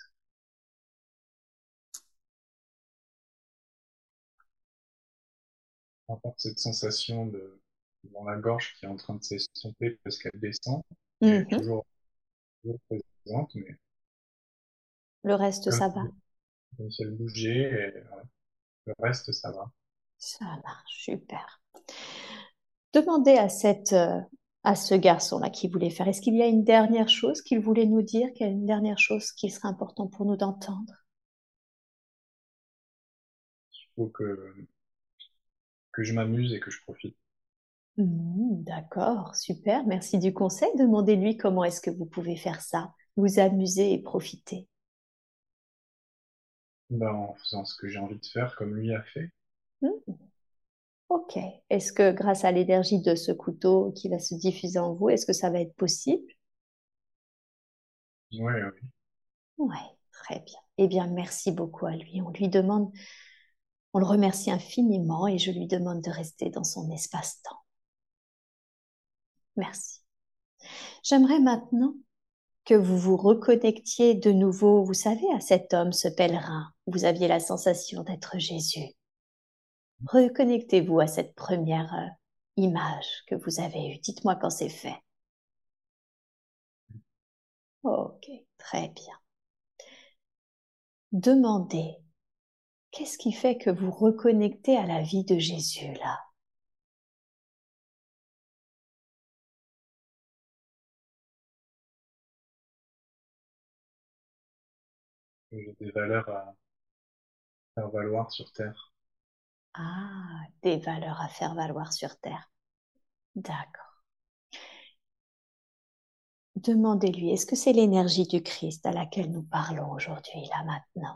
À part cette sensation dans la gorge qui est en train de s'estomper parce qu'elle descend, elle est Mhm. toujours présente, mais Le reste, comme, ça va. comme si elle bougeait, et ouais, le reste, ça va. Ça marche, super. Demandez à ce garçon-là qui voulait faire. Est-ce qu'il y a une dernière chose qu'il voulait nous dire, qu'il y a une dernière chose qui serait important pour nous d'entendre? Il faut que je m'amuse et que je profite. D'accord, super. Merci du conseil. Demandez-lui comment est-ce que vous pouvez faire ça, vous amuser et profiter. Ben, en faisant ce que j'ai envie de faire, comme lui a fait. Hmm, ok. Est-ce que grâce à l'énergie de ce couteau qui va se diffuser en vous, est-ce que ça va être possible? Ouais, ouais. Oui, très bien. Eh bien, merci beaucoup à lui. On le remercie infiniment et je lui demande de rester dans son espace-temps. Merci. J'aimerais maintenant que vous vous reconnectiez de nouveau, vous savez, à cet homme, ce pèlerin. Vous aviez la sensation d'être Jésus. Reconnectez-vous à cette première image que vous avez eue. Dites-moi quand c'est fait. Ok, très bien. Demandez, qu'est-ce qui fait que vous reconnectez à la vie de Jésus là? J'ai des valeurs à faire valoir sur Terre. Ah, des valeurs à faire valoir sur Terre. D'accord. Demandez-lui, est-ce que c'est l'énergie du Christ à laquelle nous parlons aujourd'hui, là maintenant?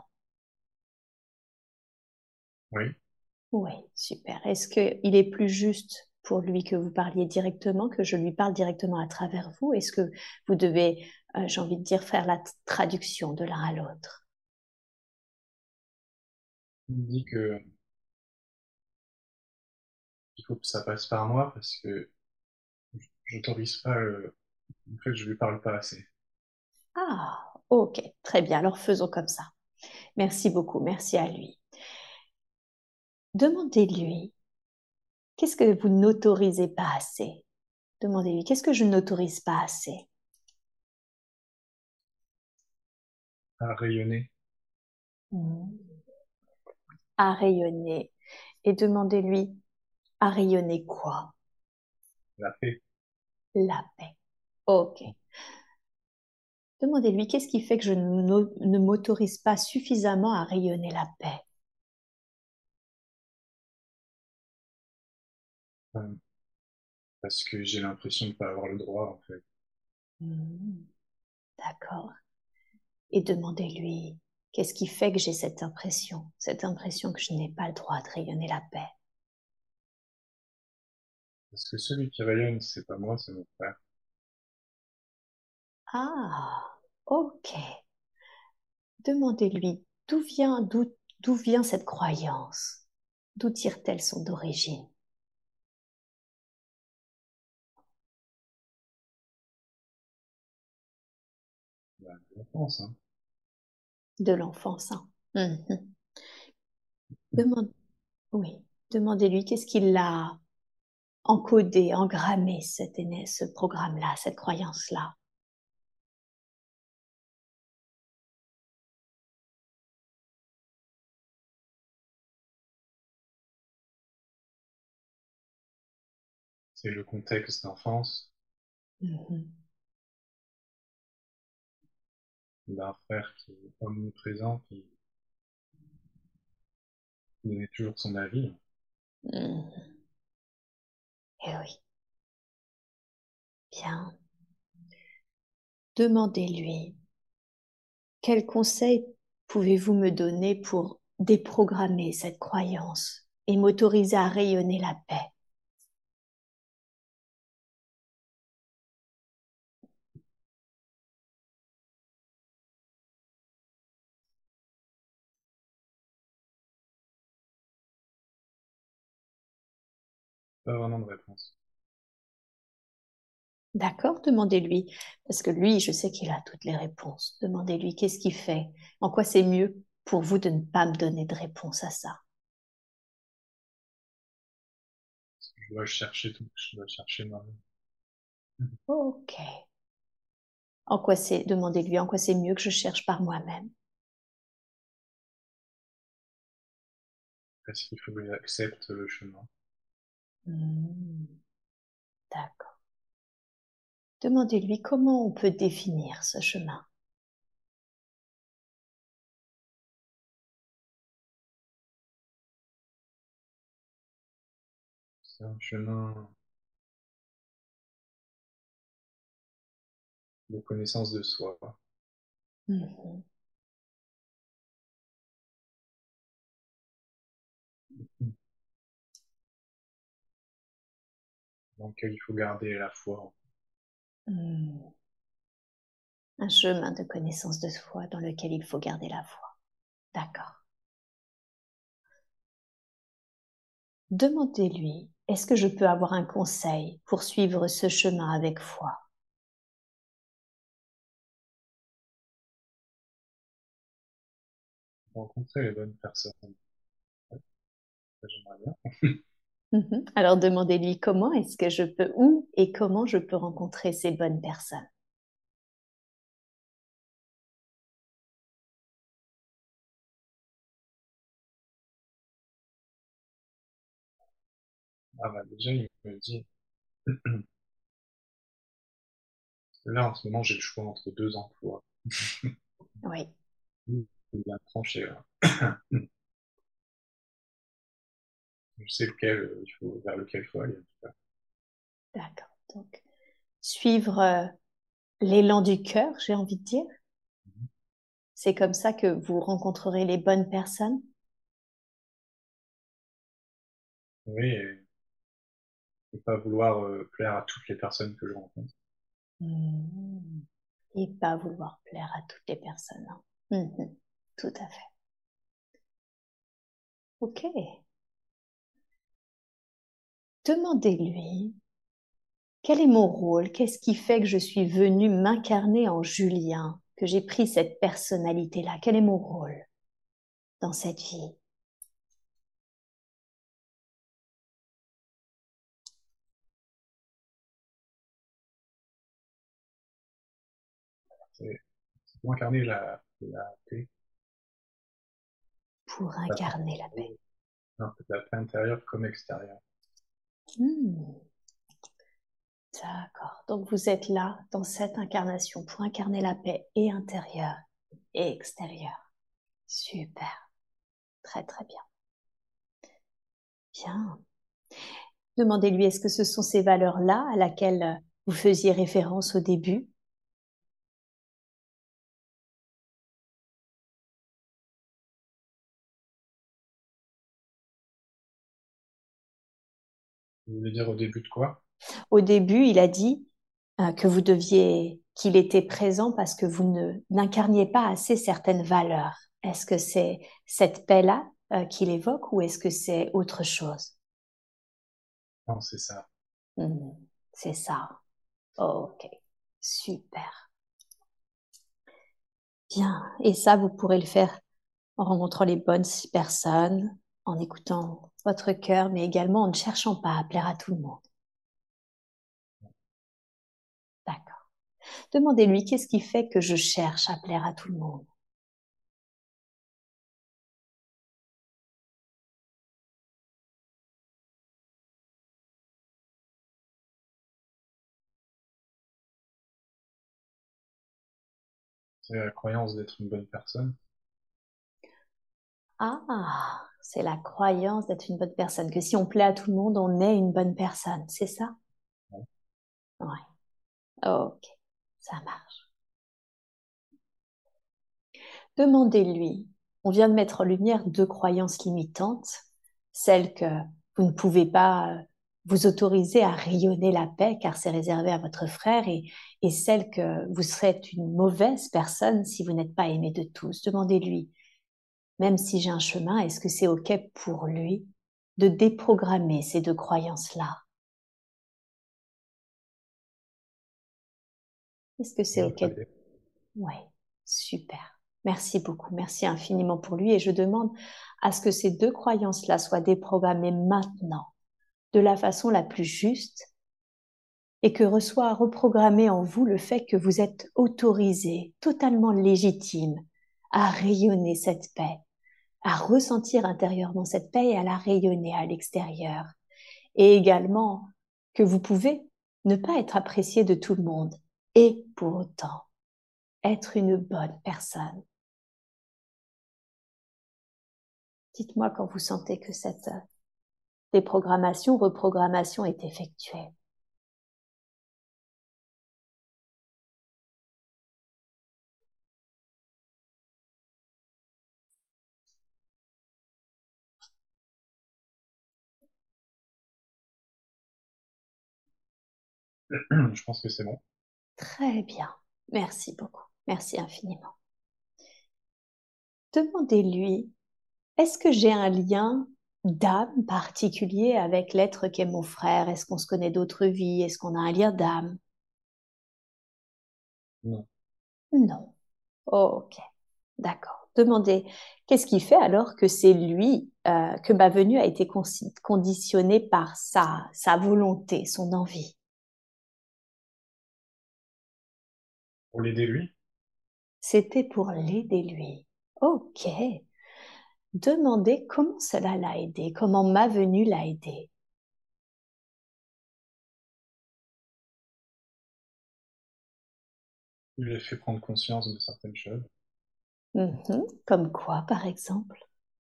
Oui. Oui, super. Est-ce qu'il est plus juste pour lui que vous parliez directement, que je lui parle directement à travers vous? Est-ce que vous devez, j'ai envie de dire, faire la traduction de l'un à l'autre? Il me dit que il faut que ça passe par moi parce que j'autorise pas le fait que je lui parle pas assez. Ah, ok, très bien. Alors faisons comme ça. Merci beaucoup, merci à lui. Demandez-lui, qu'est-ce que vous n'autorisez pas assez? Demandez-lui, qu'est-ce que je n'autorise pas assez? À rayonner Hmm. À rayonner. Et demandez-lui, à rayonner quoi? la paix. La paix. Ok. Demandez-lui, qu'est-ce qui fait que je ne m'autorise pas suffisamment à rayonner la paix? euh, Parce que j'ai l'impression de pas avoir le droit, en fait. Hmm. D'accord. Et demandez-lui, qu'est-ce qui fait que j'ai cette impression que je n'ai pas le droit de rayonner la paix? Parce que celui qui rayonne, c'est pas moi, c'est mon frère. Ah, ok. Demandez-lui d'où vient cette croyance? D'où tire-t-elle son origine? Bah, je pense, hein. De l'enfance, hein. Mhm. Demande, oui. Demandez-lui qu'est-ce qui l'a encodé, engrammé, ce programme-là, cette croyance-là. C'est le contexte d'enfance Mhm. d'un frère qui est omniprésent, qui donnait toujours son avis. Mhm. Eh oui, bien. Demandez-lui quel conseil pouvez-vous me donner pour déprogrammer cette croyance et m'autoriser à rayonner la paix? Pas vraiment de réponse. D'accord, demandez-lui, parce que lui, je sais qu'il a toutes les réponses. Demandez-lui qu'est-ce qu'il fait, en quoi c'est mieux pour vous de ne pas me donner de réponse à ça. Je dois chercher tout, je dois chercher moi-même. Ok. Demandez-lui en quoi c'est mieux que je cherche par moi-même. Parce qu'il faut que j'accepte le chemin. Hmm, d'accord. Demandez-lui comment on peut définir ce chemin. C'est un chemin de connaissance de soi, Mhm. dans lequel il faut garder la foi. Hmm. Un chemin de connaissance de soi dans lequel il faut garder la foi. D'accord. Demandez-lui, est-ce que je peux avoir un conseil pour suivre ce chemin avec foi? rencontrer les bonnes personnes. Ouais, ça, j'aimerais bien. Alors demandez-lui comment est-ce que je peux, où et comment je peux rencontrer ces bonnes personnes. Ah bah déjà, il me dit, là en ce moment j'ai le choix entre deux emplois. Oui, Il est bien tranché là. Je sais vers lequel il faut aller en tout cas. d'accord. Donc, suivre l'élan du cœur, j'ai envie de dire. Mhm. C'est comme ça que vous rencontrerez les bonnes personnes. Oui, et pas vouloir plaire à toutes les personnes que je rencontre. Mhm. Et pas vouloir plaire à toutes les personnes, hein. Mhm. Tout à fait. Ok. Demandez-lui quel est mon rôle, qu'est-ce qui fait que je suis venue m'incarner en Julien, que j'ai pris cette personnalité-là, quel est mon rôle dans cette vie? C'est pour incarner la paix, Pour la paix incarner la paix. intérieure, un peu la paix intérieure comme extérieure. Hmm. D'accord. Donc vous êtes là dans cette incarnation pour incarner la paix et intérieure et extérieure. Super. Très très bien. Bien. Demandez-lui, est-ce que ce sont ces valeurs-là à laquelle vous faisiez référence au début? Vous voulez dire au début de quoi? Au début, il a dit qu'il était présent parce que vous n'incarniez pas assez certaines valeurs. Est-ce que c'est cette paix-là qu'il évoque ou est-ce que c'est autre chose? Non, c'est ça. Hmm, c'est ça. Ok, super. Bien. Et ça, vous pourrez le faire en rencontrant les bonnes personnes, en écoutant votre cœur, mais également en ne cherchant pas à plaire à tout le monde. D'accord. Demandez-lui qu'est-ce qui fait que je cherche à plaire à tout le monde. C'est la croyance d'être une bonne personne. Ah, c'est la croyance d'être une bonne personne, que si on plaît à tout le monde, on est une bonne personne, c'est ça? Ouais. Ouais. Ok, ça marche. Demandez-lui. On vient de mettre en lumière deux croyances limitantes, celle que vous ne pouvez pas vous autoriser à rayonner la paix car c'est réservé à votre frère et celle que vous serez une mauvaise personne si vous n'êtes pas aimé de tous. Demandez-lui, même si j'ai un chemin, est-ce que c'est OK pour lui de déprogrammer ces deux croyances-là? Est-ce que c'est Oui, OK? très bien. Oui, super. Merci beaucoup, merci infiniment pour lui et je demande à ce que ces deux croyances-là soient déprogrammées maintenant, de la façon la plus juste et que soit reprogrammé en vous le fait que vous êtes autorisé, totalement légitime à rayonner cette paix, à ressentir intérieurement cette paix et à la rayonner à l'extérieur. Et également que vous pouvez ne pas être apprécié de tout le monde et pour autant être une bonne personne. Dites-moi quand vous sentez que cette déprogrammation, reprogrammation est effectuée. Je pense que c'est bon. Très bien. Merci beaucoup. Merci infiniment. Demandez-lui, est-ce que j'ai un lien d'âme particulier avec l'être qu'est mon frère? Est-ce qu'on se connaît d'autres vies? Est-ce qu'on a un lien d'âme? Non. Non. Ok. D'accord. Demandez, qu'est-ce qui fait alors que c'est lui, que ma venue a été conditionnée par sa volonté, son envie? Pour l'aider lui, C'était pour l'aider lui. Ok. Demandez comment cela l'a aidé, comment ma venue l'a aidé. il lui a fait prendre conscience de certaines choses, Mhm. Comme quoi, par exemple?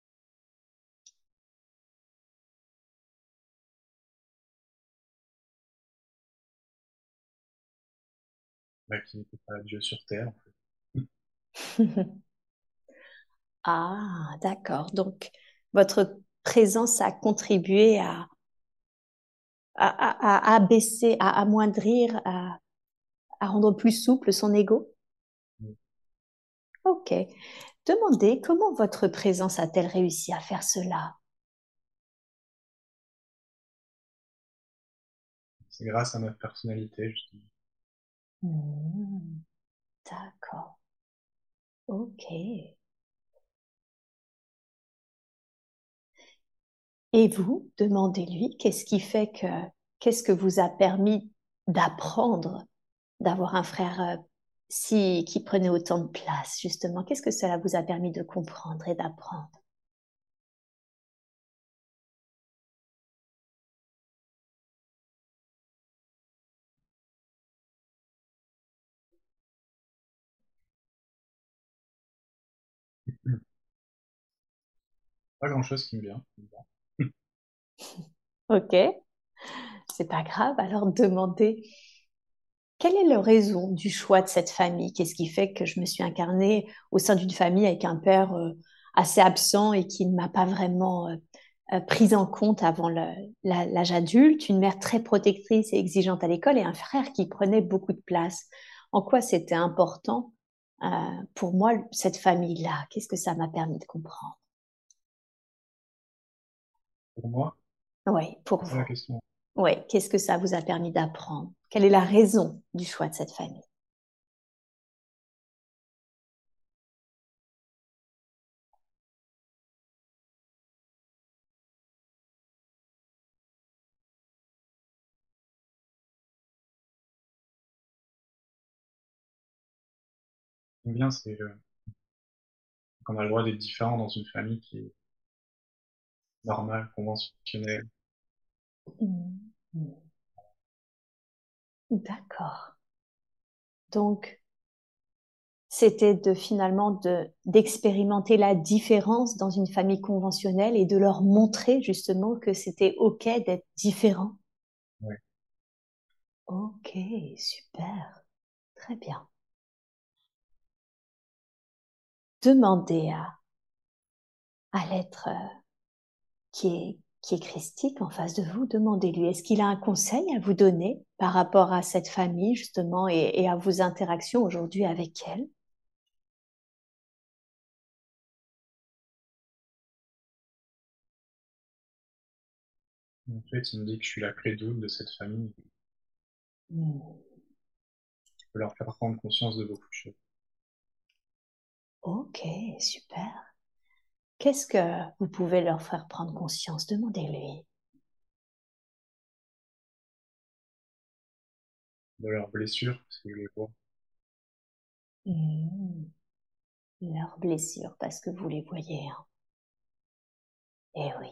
bah, qui n'était pas Dieu sur terre, en fait. Ah, d'accord. Donc, votre présence a contribué à abaisser, à amoindrir, à rendre plus souple son ego? Ok. Demandez comment votre présence a-t-elle réussi à faire cela? C'est grâce à notre personnalité, justement. Hmm, d'accord. Ok. Et vous, demandez-lui qu'est-ce que vous a permis d'apprendre d'avoir un frère qui prenait autant de place, justement. Qu'est-ce que cela vous a permis de comprendre et d'apprendre? Pas grand-chose qui me vient. Ok, c'est pas grave. Alors demandez quelle est la raison du choix de cette famille? Qu'est-ce qui fait que je me suis incarnée au sein d'une famille avec un père assez absent et qui ne m'a pas vraiment prise en compte avant l'âge adulte, une mère très protectrice et exigeante à l'école et un frère qui prenait beaucoup de place. En quoi c'était important euh, pour moi, cette famille-là? Qu'est-ce que ça m'a permis de comprendre? Pour moi, Oui, pour c'est ça la vous. question. Oui, qu'est-ce que ça vous a permis d'apprendre? Quelle est la raison du choix de cette famille? Ce qui me vient, c'est qu'on a le droit d'être différent dans une famille qui est normale, conventionnelle. Mhm. D'accord. Donc, c'était d'expérimenter la différence dans une famille conventionnelle et de leur montrer justement que c'était OK d'être différent. Ouais. OK, super. Très bien. Demandez à l'être qui est christique en face de vous, demandez-lui, est-ce qu'il a un conseil à vous donner par rapport à cette famille justement et à vos interactions aujourd'hui avec elle? En fait, il me dit que je suis la clé double de cette famille. Hmm. Je peux leur faire prendre conscience de beaucoup de choses. Ok, super. Qu'est-ce que vous pouvez leur faire prendre conscience? Demandez-lui. De leurs blessures, parce que je les vois. Hmm. Leurs blessures, parce que vous les voyez, hein. Eh oui,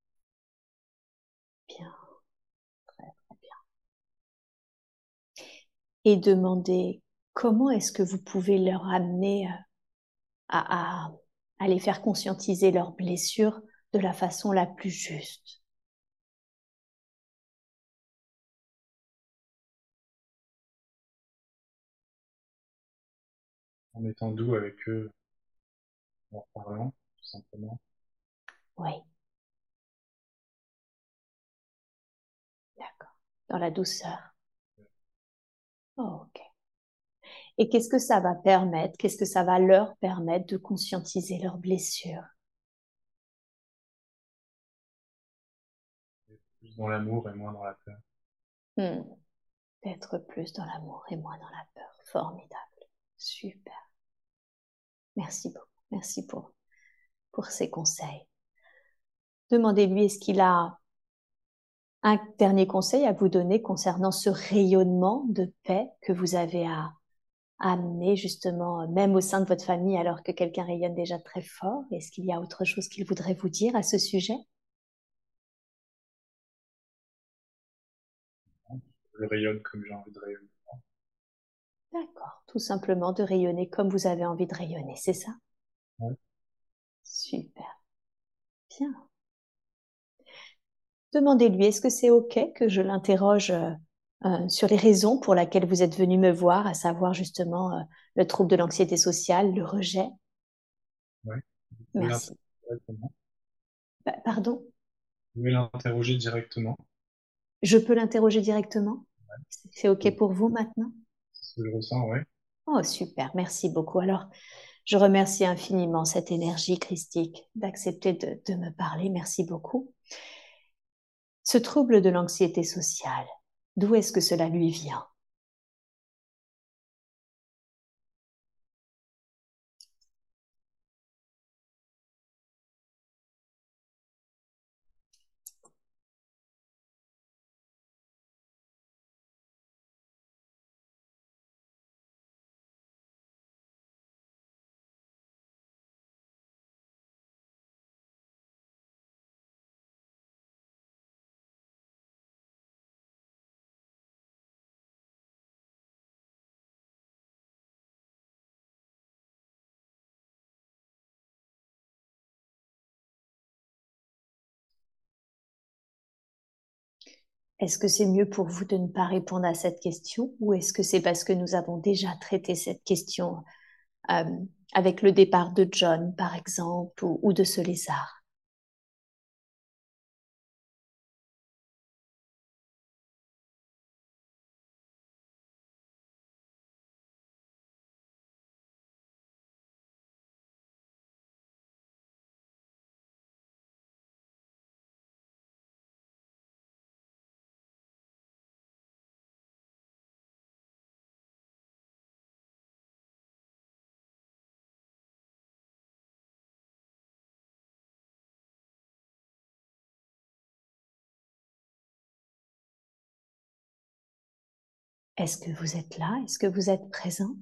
bien, très, très bien. Et demandez comment est-ce que vous pouvez leur amener à, à, à les faire conscientiser leurs blessures de la façon la plus juste. En étant doux avec eux, en leur parlant, tout simplement. Oui, d'accord. Dans la douceur. Oh, ok. Et qu'est-ce que ça va permettre? Qu'est-ce que ça va leur permettre de conscientiser leurs blessures? Plus dans l'amour et moins dans la peur. Hmm. D'être plus dans l'amour et moins dans la peur. Formidable. Super. Merci beaucoup. Merci pour ces conseils. Demandez-lui, est-ce qu'il a un dernier conseil à vous donner concernant ce rayonnement de paix que vous avez à amener justement, même au sein de votre famille, alors que quelqu'un rayonne déjà très fort? Est-ce qu'il y a autre chose qu'il voudrait vous dire à ce sujet? Je rayonne comme j'ai envie de rayonner. D'accord, tout simplement de rayonner comme vous avez envie de rayonner, c'est ça? Ouais. Super, bien. Demandez-lui, est-ce que c'est OK que je l'interroge sur les raisons pour lesquelles vous êtes venu me voir, à savoir justement le trouble de l'anxiété sociale, le rejet? Ouais. Vous pouvez Merci. l'interroger directement. Pardon? Vous pouvez l'interroger directement. Je peux l'interroger directement? C'est OK C'est pour vous maintenant? ce que je ressens, ouais. Oh, super, merci beaucoup. Alors, je remercie infiniment cette énergie christique d'accepter de me parler. Merci beaucoup. Ce trouble de l'anxiété sociale, d'où est-ce que cela lui vient? Est-ce que c'est mieux pour vous de ne pas répondre à cette question ou est-ce que c'est parce que nous avons déjà traité cette question euh, avec le départ de John, par exemple, ou de ce lézard? Est-ce que vous êtes là? Est-ce que vous êtes présent?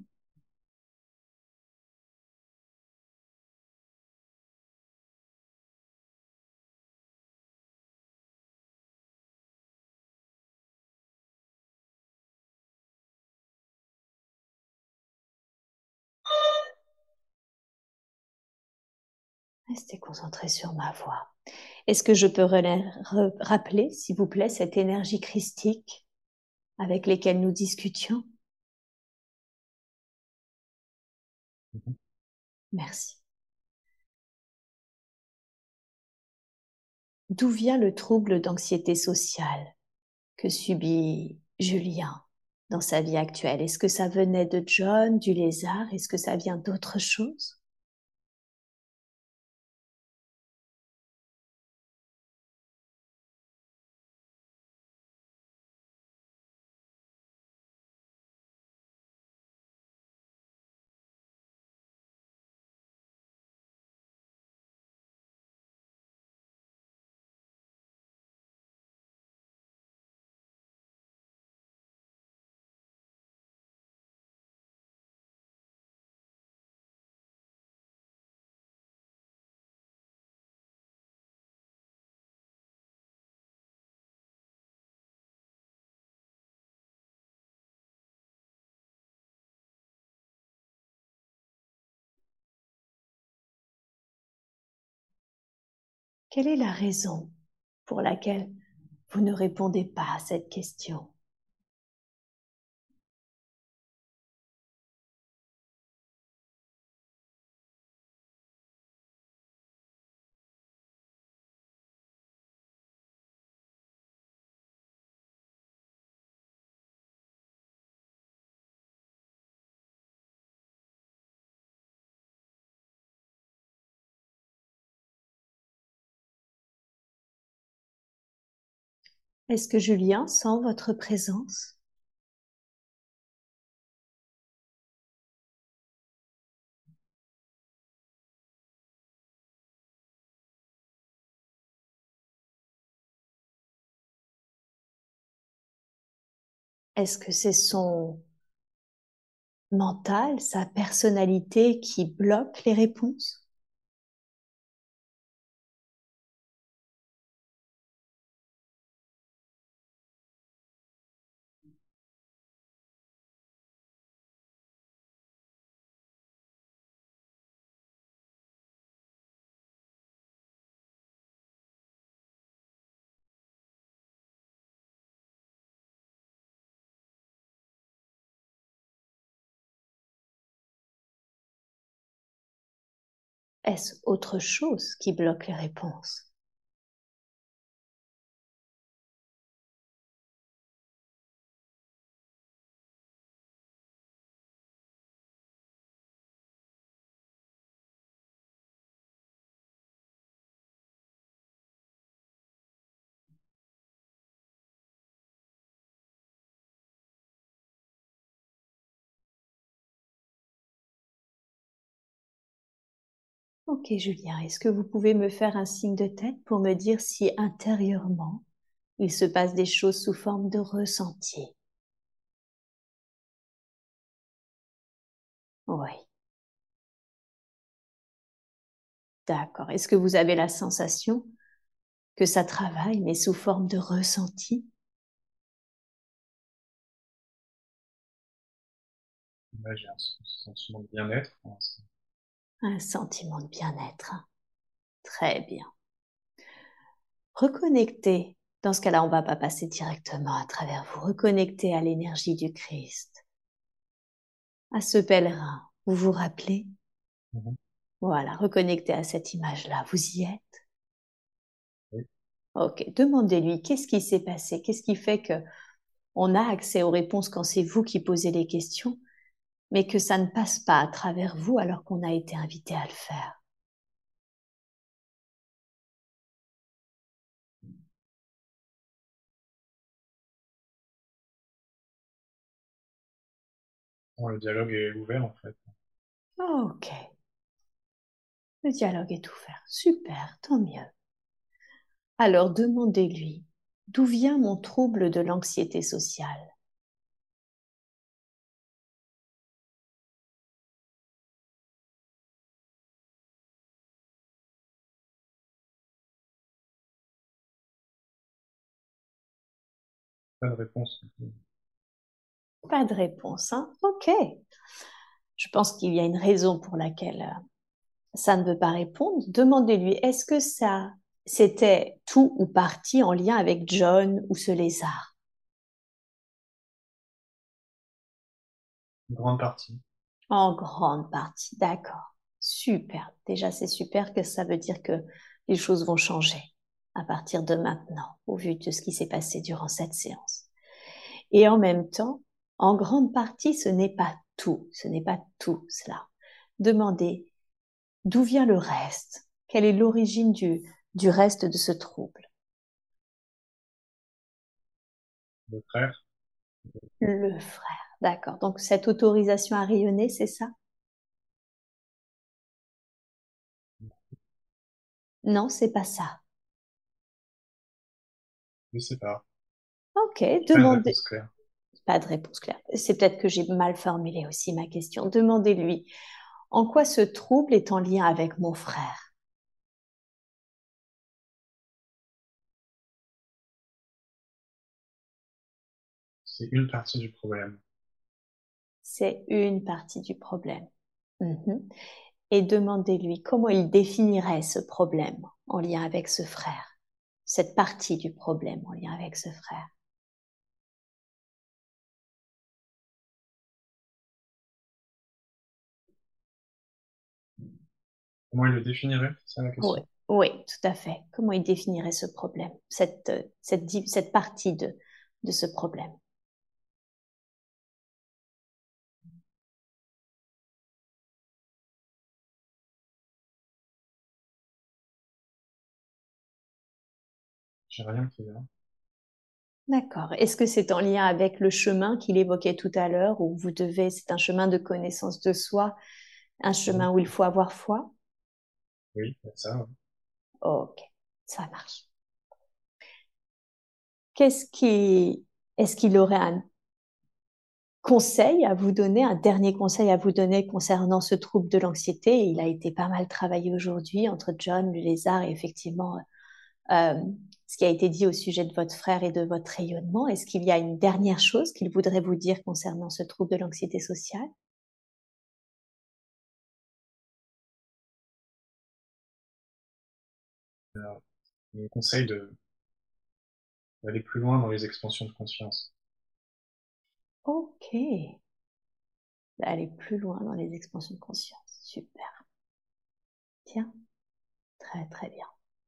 Restez concentré sur ma voix. Est-ce que je peux rappeler, s'il vous plaît, cette énergie christique avec lesquelles nous discutions? Mhm. Merci. D'où vient le trouble d'anxiété sociale que subit Julien dans sa vie actuelle? Est-ce que ça venait de John, du lézard? Est-ce que ça vient d'autre chose? Quelle est la raison pour laquelle vous ne répondez pas à cette question? Est-ce que Julien sent votre présence? Est-ce que c'est son mental, sa personnalité qui bloque les réponses? Est-ce autre chose qui bloque les réponses? Ok, Julien, est-ce que vous pouvez me faire un signe de tête pour me dire si intérieurement il se passe des choses sous forme de ressenti? Oui, d'accord. Est-ce que vous avez la sensation que ça travaille, mais sous forme de ressenti? Là, j'ai un sentiment de bien-être pour l'instant. Un sentiment de bien-être, hein. Très bien. Reconnectez. Dans ce cas-là, on ne va pas passer directement à travers vous. Reconnectez à l'énergie du Christ, à ce pèlerin. Vous vous rappelez? Mhm. Voilà, reconnectez à cette image-là. Vous y êtes? Oui. Ok, demandez-lui qu'est-ce qui s'est passé, qu'est-ce qui fait que on a accès aux réponses quand c'est vous qui posez les questions, mais que ça ne passe pas à travers vous alors qu'on a été invité à le faire. Bon, le dialogue est ouvert en fait. Ok, le dialogue est ouvert. Super, tant mieux. Alors demandez-lui d'où vient mon trouble de l'anxiété sociale. Pas de réponse. Pas de réponse, hein? Ok. Je pense qu'il y a une raison pour laquelle ça ne veut pas répondre. Demandez-lui, est-ce que ça, c'était tout ou partie en lien avec John ou ce lézard? Une grande partie. En grande partie, d'accord. Super. Déjà, c'est super que ça veut dire que les choses vont changer à partir de maintenant, au vu de ce qui s'est passé durant cette séance. Et en même temps, en grande partie, ce n'est pas tout. Ce n'est pas tout cela. Demandez d'où vient le reste? Quelle est l'origine du reste de ce trouble? Le frère, Le frère, d'accord. Donc cette autorisation à rayonner, c'est ça? Non, c'est pas ça. je sais pas. Ok, Pas de demandez. réponse claire. Pas de réponse claire. C'est peut-être que j'ai mal formulé aussi ma question. Demandez-lui en quoi ce trouble est en lien avec mon frère. C'est une partie du problème. C'est une partie du problème. Mhm. Et demandez-lui comment il définirait ce problème en lien avec ce frère. Cette partie du problème en lien avec ce frère. Comment il le définirait? C'est ça la Oui, question? oui, tout à fait. Comment il définirait ce problème, cette partie de ce problème? J'ai rien qui vient. D'accord. Est-ce que c'est en lien avec le chemin qu'il évoquait tout à l'heure, où vous devez, c'est un chemin de connaissance de soi, un Mhm. chemin où il faut avoir foi? Oui, c'est ça. Ouais. Ok, ça marche. Qu'est-ce qui, est-ce qu'il aurait un, conseil à vous donner, un dernier conseil à vous donner concernant ce trouble de l'anxiété. Il a été pas mal travaillé aujourd'hui entre John, le lézard et effectivement ce qui a été dit au sujet de votre frère et de votre rayonnement. Est-ce qu'il y a une dernière chose qu'il voudrait vous dire concernant ce trouble de l'anxiété sociale? Il me conseille d'aller plus loin dans les expansions de conscience. Ok, d'aller plus loin dans les expansions de conscience. Super. Tiens, très très bien.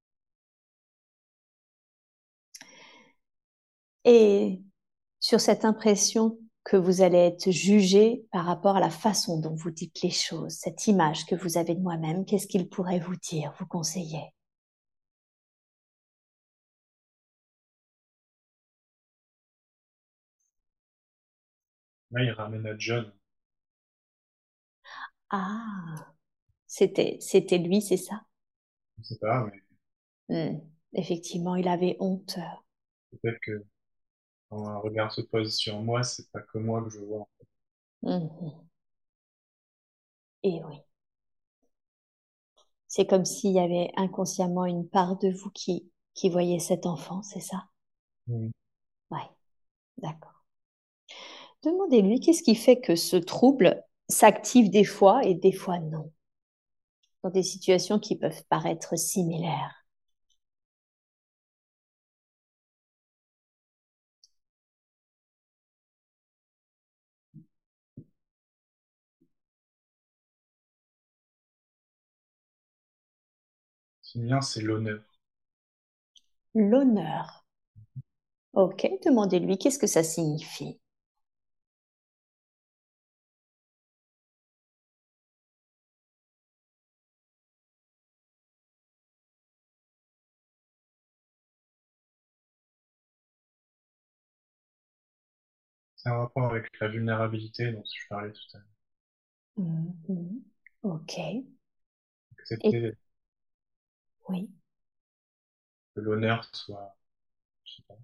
Et sur cette impression que vous allez être jugé par rapport à la façon dont vous dites les choses, cette image que vous avez de moi-même, qu'est-ce qu'il pourrait vous dire, vous conseiller? Là, il ramène à John. Ah, c'était lui, c'est ça? Je sais pas, mais Effectivement, il avait honte. peut-être que quand un regard se pose sur moi, c'est pas que moi que je vois. Mhm. Et oui, c'est comme s'il y avait inconsciemment une part de vous qui voyait cet enfant, c'est ça? Mm. Ouais, d'accord. Demandez-lui qu'est-ce qui fait que ce trouble s'active des fois et des fois non, dans des situations qui peuvent paraître similaires. Ce qui me vient, c'est l'honneur. L'honneur. Ok, demandez-lui qu'est-ce que ça signifie. C'est un rapport avec la vulnérabilité dont je parlais tout à l'heure. Mhm. Ok. Et Accepter oui, que l'honneur soit, je sais pas,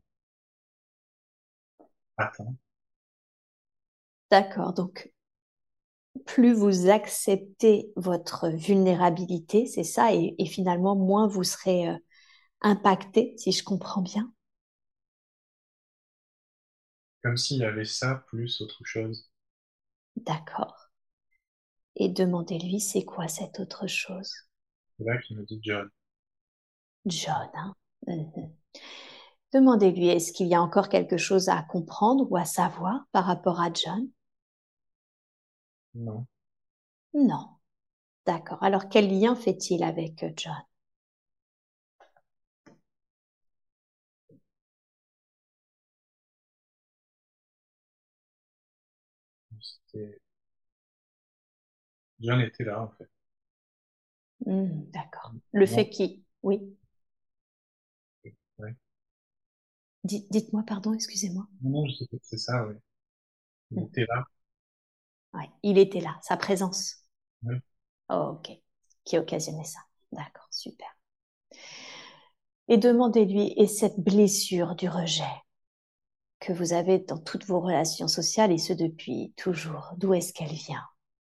atteint. d'accord. Donc, plus vous acceptez votre vulnérabilité, c'est ça, et finalement, moins vous serez impacté, si je comprends bien. Comme s'il y avait ça plus autre chose. D'accord. Et demandez-lui, c'est quoi cette autre chose? C'est là qu'il me dit John. John, hein? Mhm. Demandez-lui, est-ce qu'il y a encore quelque chose à comprendre ou à savoir par rapport à John? Non. Non. D'accord. Alors, quel lien fait-il avec John? C'était- John était là, en fait. D'accord. Le Non, fait qu'il... Oui. ouais. Dites-moi, pardon, excusez-moi. Non, non, je sais pas, c'est ça, oui. Il Mhm. était là. Ouais, il était là, sa présence. Oui. Oh, ok. Qui occasionnait ça. D'accord, super. Et demandez-lui, et cette blessure du rejet que vous avez dans toutes vos relations sociales, et ce depuis toujours, d'où est-ce qu'elle vient?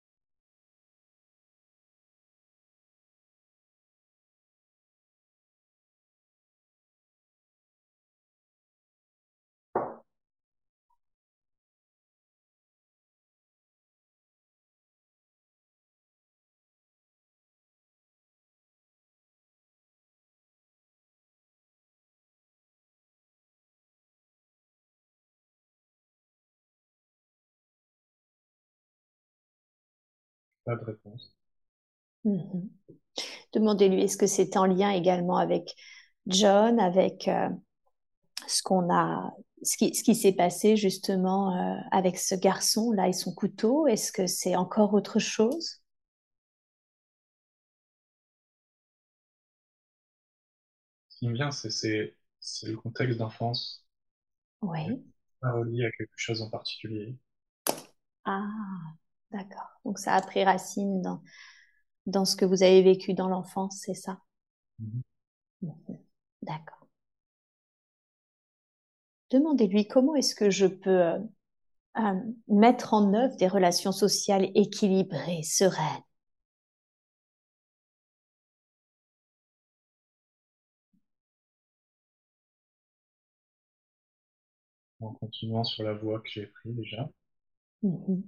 Pas de réponse. Mhm. Demandez-lui, est-ce que c'est en lien également avec John, avec ce qu'on a, ce qui s'est passé justement avec ce garçon-là et son couteau? Est-ce que c'est encore autre chose? Ce qui me vient, c'est le contexte d'enfance. Oui. Pas relié à quelque chose en particulier. Ah, d'accord. Donc ça a pris racine dans ce que vous avez vécu dans l'enfance, c'est ça? Mhm. Mhm. D'accord. Demandez-lui comment est-ce que je peux mettre en œuvre des relations sociales équilibrées, sereines. En continuant sur la voie que j'ai prise déjà. Mhm.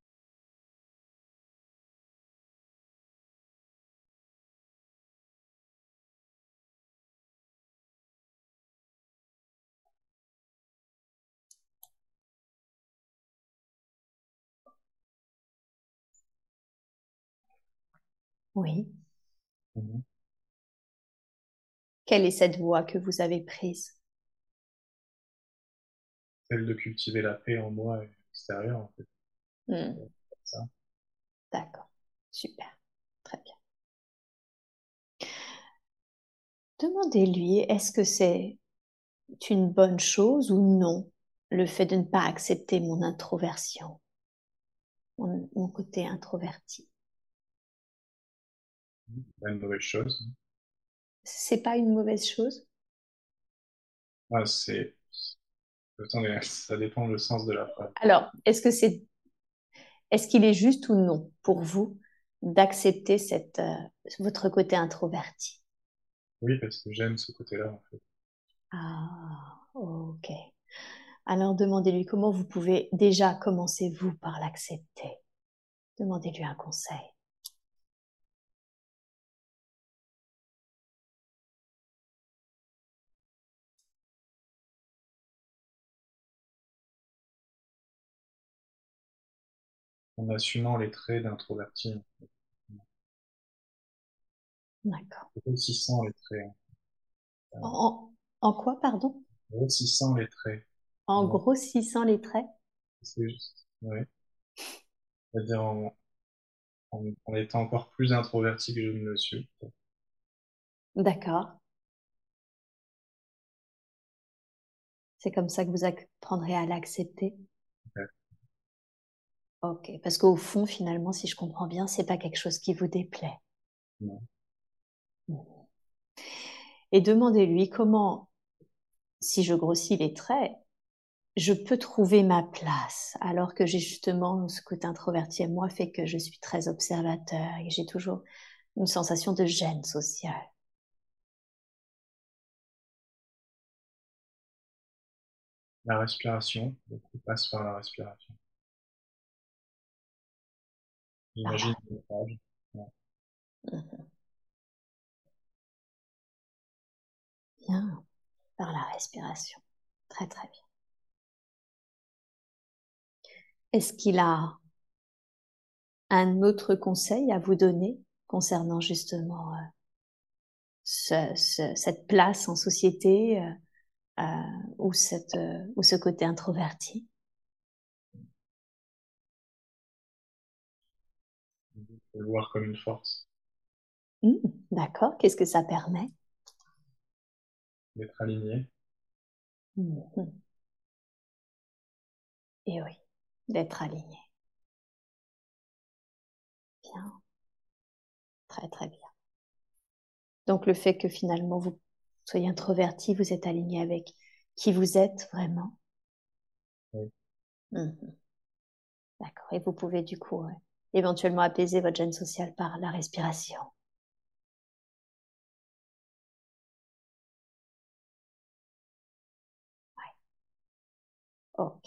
Oui. Mhm. Quelle est cette voie que vous avez prise? Celle de cultiver la paix en moi et à l'extérieur, en fait. Hmm. Ça. D'accord. Super. Très bien. Demandez-lui, est-ce que c'est une bonne chose ou non, le fait de ne pas accepter mon introversion, mon côté introverti? Pas une mauvaise chose. C'est pas une mauvaise chose? Ah, attendez, ça dépend le sens de la phrase. Alors, est-ce qu'il est juste ou non pour vous d'accepter votre côté introverti? Oui, parce que j'aime ce côté-là, en fait. Ah, ok. Alors demandez-lui comment vous pouvez déjà commencer vous par l'accepter. Demandez-lui un conseil. En assumant les traits d'introverti, en fait. D'accord. Grossissant les traits. En quoi, pardon? Grossissant les traits. En Vraiment, grossissant les traits? c'est juste. Ouais. C'est-à-dire en étant encore plus introverti que je ne le suis. D'accord. C'est comme ça que vous apprendrez à l'accepter? Ouais. Ok. Parce qu'au fond, finalement, si je comprends bien, c'est pas quelque chose qui vous déplaît. Non. Et demandez-lui comment, si je grossis les traits, je peux trouver ma place, alors que j'ai justement ce côté introverti en moi fait que je suis très observateur et j'ai toujours une sensation de gêne sociale. La respiration, beaucoup passe par la respiration. Par J'imagine là. une page. Ouais. Mhm. Bien, par la respiration. Très très bien. Est-ce qu'il a un autre conseil à vous donner concernant justement cette place en société ou ce côté introverti? Faut le voir comme une force, Hmm, d'accord, qu'est-ce que ça permet? d'être aligné. Mhm. Et oui, d'être aligné. Bien, très très bien. Donc le fait que finalement vous soyez introverti, vous êtes aligné avec qui vous êtes vraiment. Oui. Mhm. D'accord. Et vous pouvez du coup éventuellement apaiser votre gêne sociale par la respiration. Ok.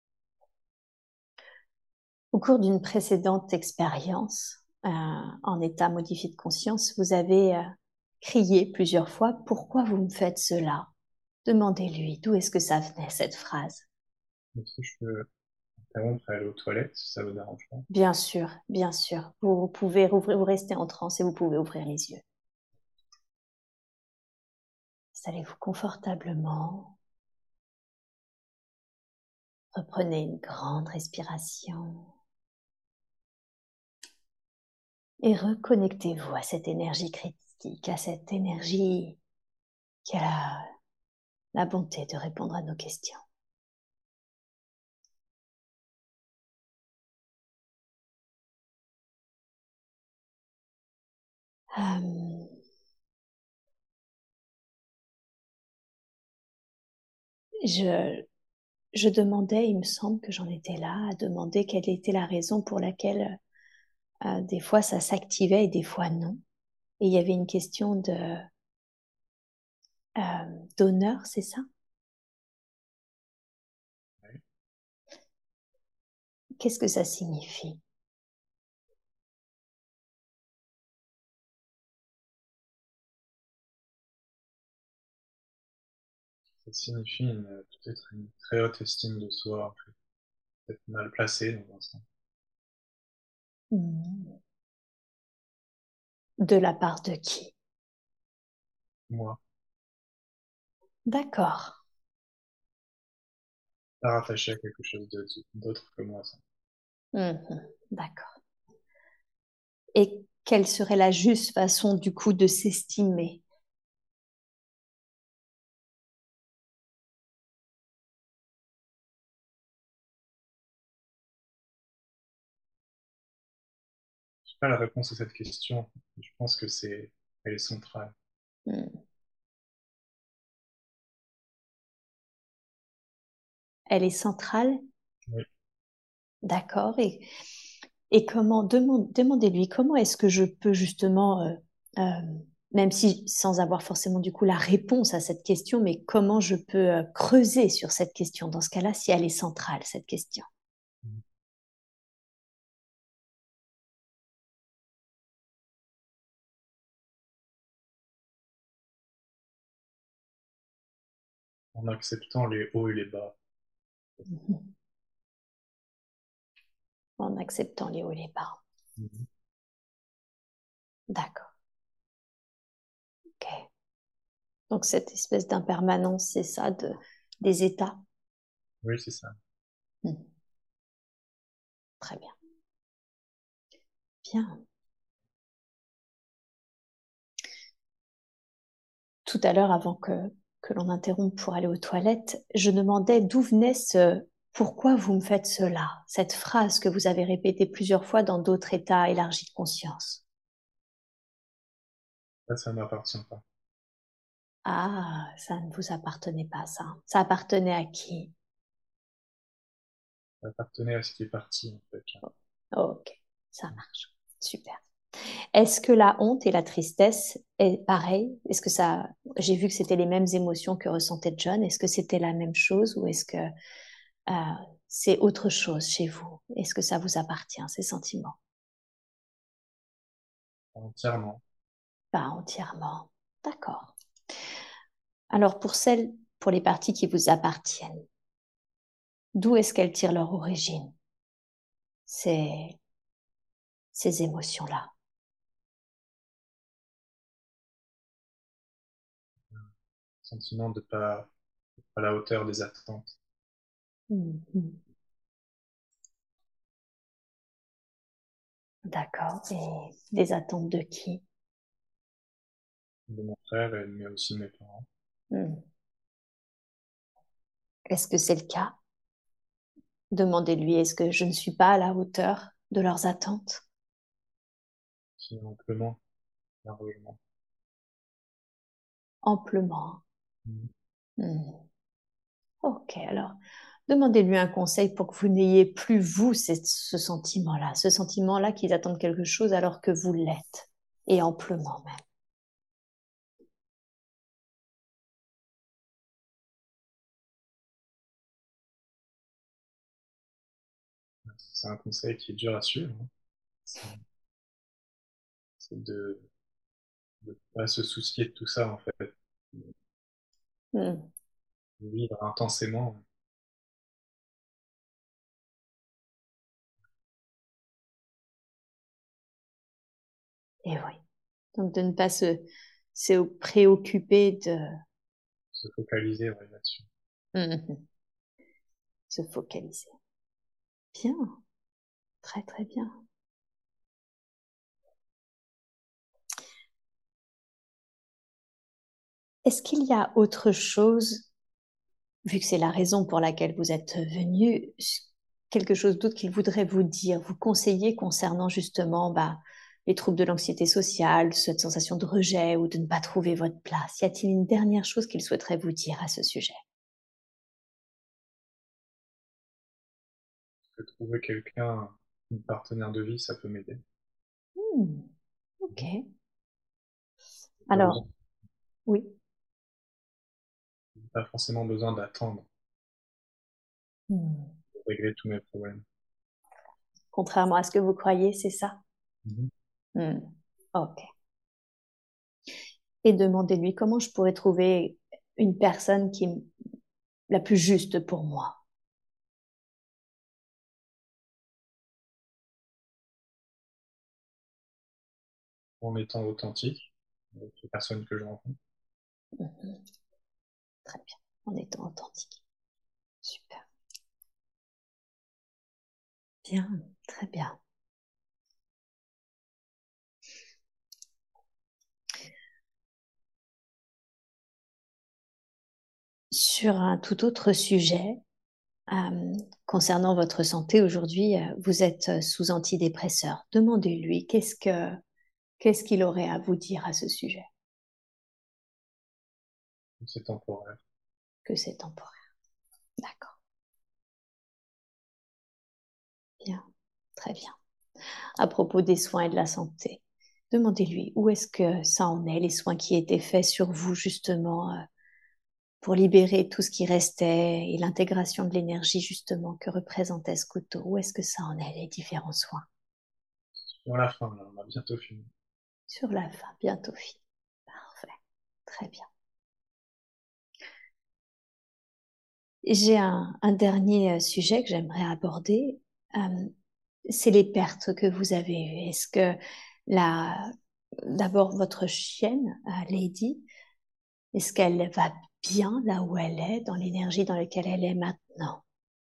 Au cours d'une précédente expérience en état modifié de conscience, vous avez crié plusieurs fois, pourquoi vous me faites cela? Demandez-lui, d'où est-ce que ça venait cette phrase? Est-ce que je peux interrompre et aller aux toilettes si ça vous dérange pas? Bien sûr, bien sûr. Vous pouvez rouvrir, vous restez en transe et vous pouvez ouvrir les yeux. Installez-vous confortablement. Reprenez une grande respiration. Et reconnectez-vous à cette énergie critique, à cette énergie qui a la bonté de répondre à nos questions. Euh, je, je demandais, il me semble que j'en étais là, à demander quelle était la raison pour laquelle des fois ça s'activait et des fois non. Et il y avait une question d'honneur, c'est ça? Ouais. Qu'est-ce que ça signifie? Ça signifie peut-être une très haute estime de soi, en fait. Peut-être mal placée dans un sens. Hmm. De la part de qui? Moi, D'accord. pas rattaché à quelque chose d'autre que moi, ça. Mhm. D'accord. Et quelle serait la juste façon du coup de s'estimer? J'ai pas la réponse à cette question. Je pense que elle est centrale. Hmm. Elle est centrale? Oui. D'accord. Et comment, demandez-lui, comment est-ce que je peux justement, euh, même si sans avoir forcément du coup la réponse à cette question, mais comment je peux creuser sur cette question dans ce cas-là, si elle est centrale, cette question? En acceptant les hauts et les bas. Mhm. En acceptant les hauts et les bas. Mhm. D'accord. Ok. Donc cette espèce d'impermanence, c'est ça, des états. Oui, c'est ça. Mhm. Très bien. Bien. Tout à l'heure, avant que l'on interrompe pour aller aux toilettes, je demandais d'où venait ce pourquoi vous me faites cela, cette phrase que vous avez répétée plusieurs fois dans d'autres états élargis de conscience. Ça m'appartient pas. Ah, ça ne vous appartenait pas, ça. Ça appartenait à qui? Ça appartenait à ce qui est parti, en fait. Ok, ça marche. Super. Est-ce que la honte et la tristesse est pareil? Est-ce que ça, j'ai vu que c'était les mêmes émotions que ressentait John. Est-ce que c'était la même chose ou est-ce que c'est autre chose chez vous? Est-ce que ça vous appartient, ces sentiments? Entièrement. Pas entièrement. D'accord. Alors pour les parties qui vous appartiennent, d'où est-ce qu'elles tirent leur origine, ces, ces émotions-là? Sentiment de pas être à la hauteur des attentes Mhm. D'accord. Et des attentes de qui? de mon frère, mais aussi de mes parents. Mhm. Est-ce que c'est le cas? Demandez-lui, est-ce que je ne suis pas à la hauteur de leurs attentes? Si amplement, largement. Amplement. Mhm. Hmm. Ok, alors demandez-lui un conseil pour que vous n'ayez plus, vous, ce sentiment-là qu'ils attendent quelque chose alors que vous l'êtes, et amplement même. C'est un conseil qui est dur à suivre, hein. C'est c'est de pas se soucier de tout ça, en fait. Hmm. De vivre intensément. Et oui. Donc de ne pas se préoccuper de Se focaliser, ouais, là-dessus. Mhm. Se focaliser. Bien, très très bien. Est-ce qu'il y a autre chose, vu que c'est la raison pour laquelle vous êtes venu, quelque chose d'autre qu'il voudrait vous dire, vous conseiller concernant justement les troubles de l'anxiété sociale, cette sensation de rejet ou de ne pas trouver votre place? Y a-t-il une dernière chose qu'il souhaiterait vous dire à ce sujet? que trouver quelqu'un, une partenaire de vie, ça peut m'aider. Hmm, ok. Pas besoin, Alors, oui. pas forcément besoin d'attendre Hmm. pour régler tous mes problèmes. Contrairement à ce que vous croyez, c'est ça? Mhm. Hmm, ok. Et demandez-lui comment je pourrais trouver une personne qui est la plus juste pour moi. En étant authentique avec les personnes que je rencontre. Mhm, très bien. En étant authentique. Super. Bien, très bien. Sur un tout autre sujet, concernant votre santé aujourd'hui, vous êtes sous antidépresseur. Demandez-lui qu'est-ce qu'il aurait à vous dire à ce sujet, C'est temporaire. que c'est temporaire. D'accord. Bien, très bien. À propos des soins et de la santé, demandez-lui où est-ce que ça en est, les soins qui étaient faits sur vous justement pour libérer tout ce qui restait et l'intégration de l'énergie justement que représentait ce couteau. Où est-ce que ça en est, les différents soins? Sur la fin, là, on a bientôt fini. Sur la fin, bientôt fini. Parfait. Très bien. J'ai un dernier sujet que j'aimerais aborder. Euh, c'est les pertes que vous avez eues. Est-ce que la, d'abord votre chienne, Lady, est-ce qu'elle va bien là où elle est, dans l'énergie dans laquelle elle est maintenant?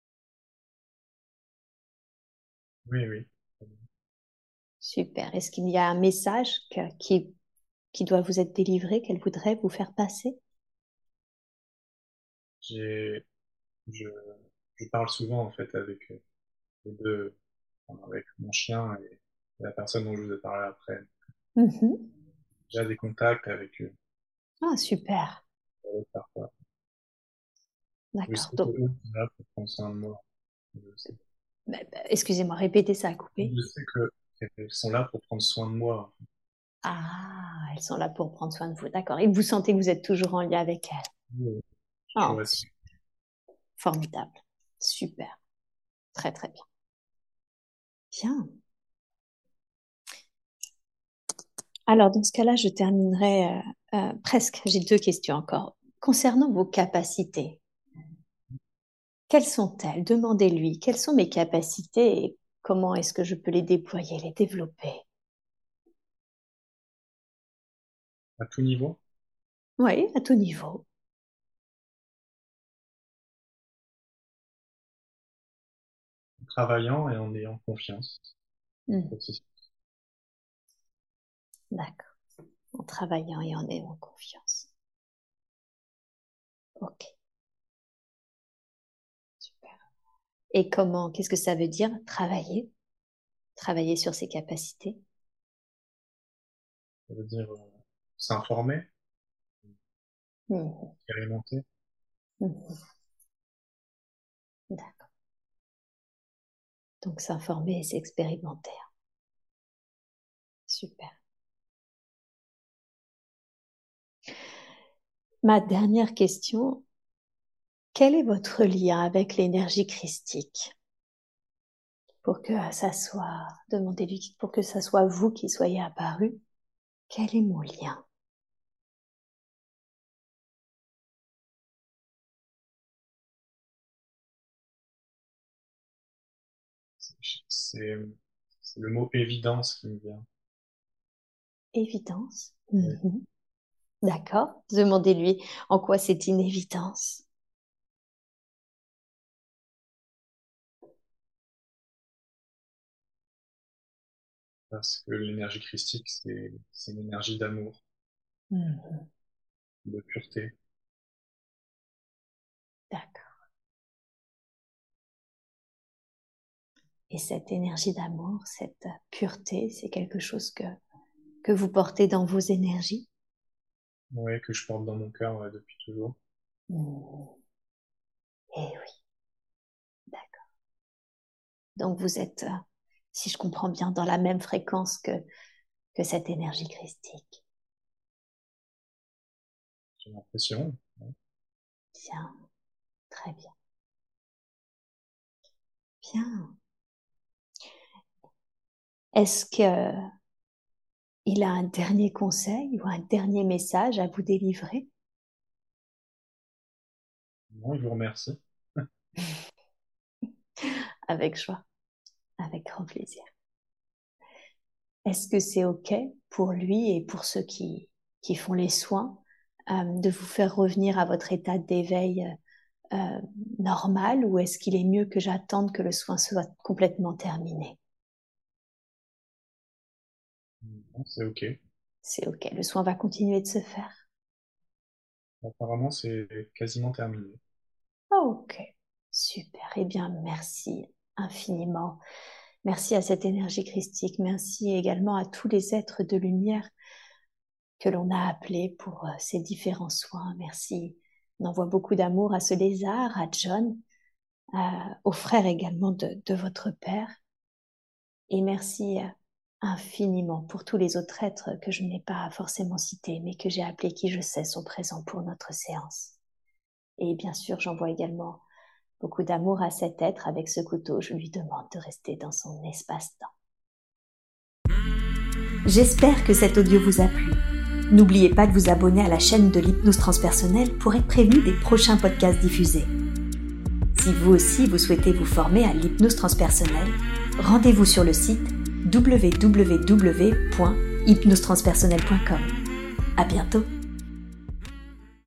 Oui, oui. Super. Est-ce qu'il y a un message qui doit vous être délivré, qu'elle voudrait vous faire passer? J'ai, je, je parle souvent, en fait, avec les deux, enfin, avec mon chien et la personne dont je vous ai parlé après. Mhm. J'ai des contacts avec eux, Ah, super. parfois. Je D'accord. sais Donc, qu'eux sont là pour prendre soin de moi. Je sais, excusez-moi, répétez ça à couper. je sais qu'elles sont là pour prendre soin de moi. Ah, elles sont là pour prendre soin de vous. D'accord. Et vous sentez que vous êtes toujours en lien avec elles. Oui, je Oh, reste. formidable. Super. Très, très bien. Bien. Alors, dans ce cas-là, je terminerai presque. J'ai deux questions encore. Concernant vos capacités, quelles sont-elles? Demandez-lui. Quelles sont mes capacités et comment est-ce que je peux les déployer, les développer? À tout niveau, Oui, à tout niveau. en travaillant et en ayant confiance dans le Hmm, processus. d'accord. En travaillant et en ayant confiance. Ok, super. Et comment, qu'est-ce que ça veut dire travailler? Travailler sur ses capacités? Ça veut dire s'informer, Hmm, expérimenter. hmm, d'accord. Donc s'informer et s'expérimenter. Super. Ma dernière question, quel est votre lien avec l'énergie christique? Pour que ça soit, demandez-lui pour que ça soit vous qui soyez apparu. Quel est mon lien? C'est c'est le mot évidence qui me vient. Évidence. Oui, Mhm. D'accord. Demandez-lui en quoi c'est une évidence. parce que l'énergie christique, c'est une énergie d'amour, Mhm. de pureté. D'accord. Et cette énergie d'amour, cette pureté, c'est quelque chose que vous portez dans vos énergies. Ouais, que je porte dans mon cœur ouais, depuis toujours. Mhm. Eh oui, d'accord. Donc vous êtes, si je comprends bien, dans la même fréquence que cette énergie christique. J'ai l'impression. Ouais. Bien, très bien. Bien. Est-ce que il a un dernier conseil ou un dernier message à vous délivrer? Non, je vous remercie. Avec joie, avec grand plaisir. Est-ce que c'est OK pour lui et pour ceux qui font les soins de vous faire revenir à votre état d'éveil normal, ou est-ce qu'il est mieux que j'attende que le soin soit complètement terminé? Non, c'est OK. C'est OK, le soin va continuer de se faire. Apparemment, c'est quasiment terminé. OK, super. Eh bien, merci infiniment. Merci à cette énergie christique. Merci également à tous les êtres de lumière que l'on a appelés pour ces différents soins. Merci. On envoie beaucoup d'amour à ce lézard, à John, aux frères également de votre père. Et merci infiniment pour tous les autres êtres que je n'ai pas forcément cités, mais que j'ai appelés, qui je sais sont présents pour notre séance. Et bien sûr, j'envoie également beaucoup d'amour à cet être avec ce couteau. Je lui demande de rester dans son espace-temps. J'espère que cet audio vous a plu. N'oubliez pas de vous abonner à la chaîne de l'hypnose transpersonnelle pour être prévenu des prochains podcasts diffusés. Si vous aussi vous souhaitez vous former à l'hypnose transpersonnelle, rendez-vous sur le site www.hypnosetranspersonnelle.com. À bientôt.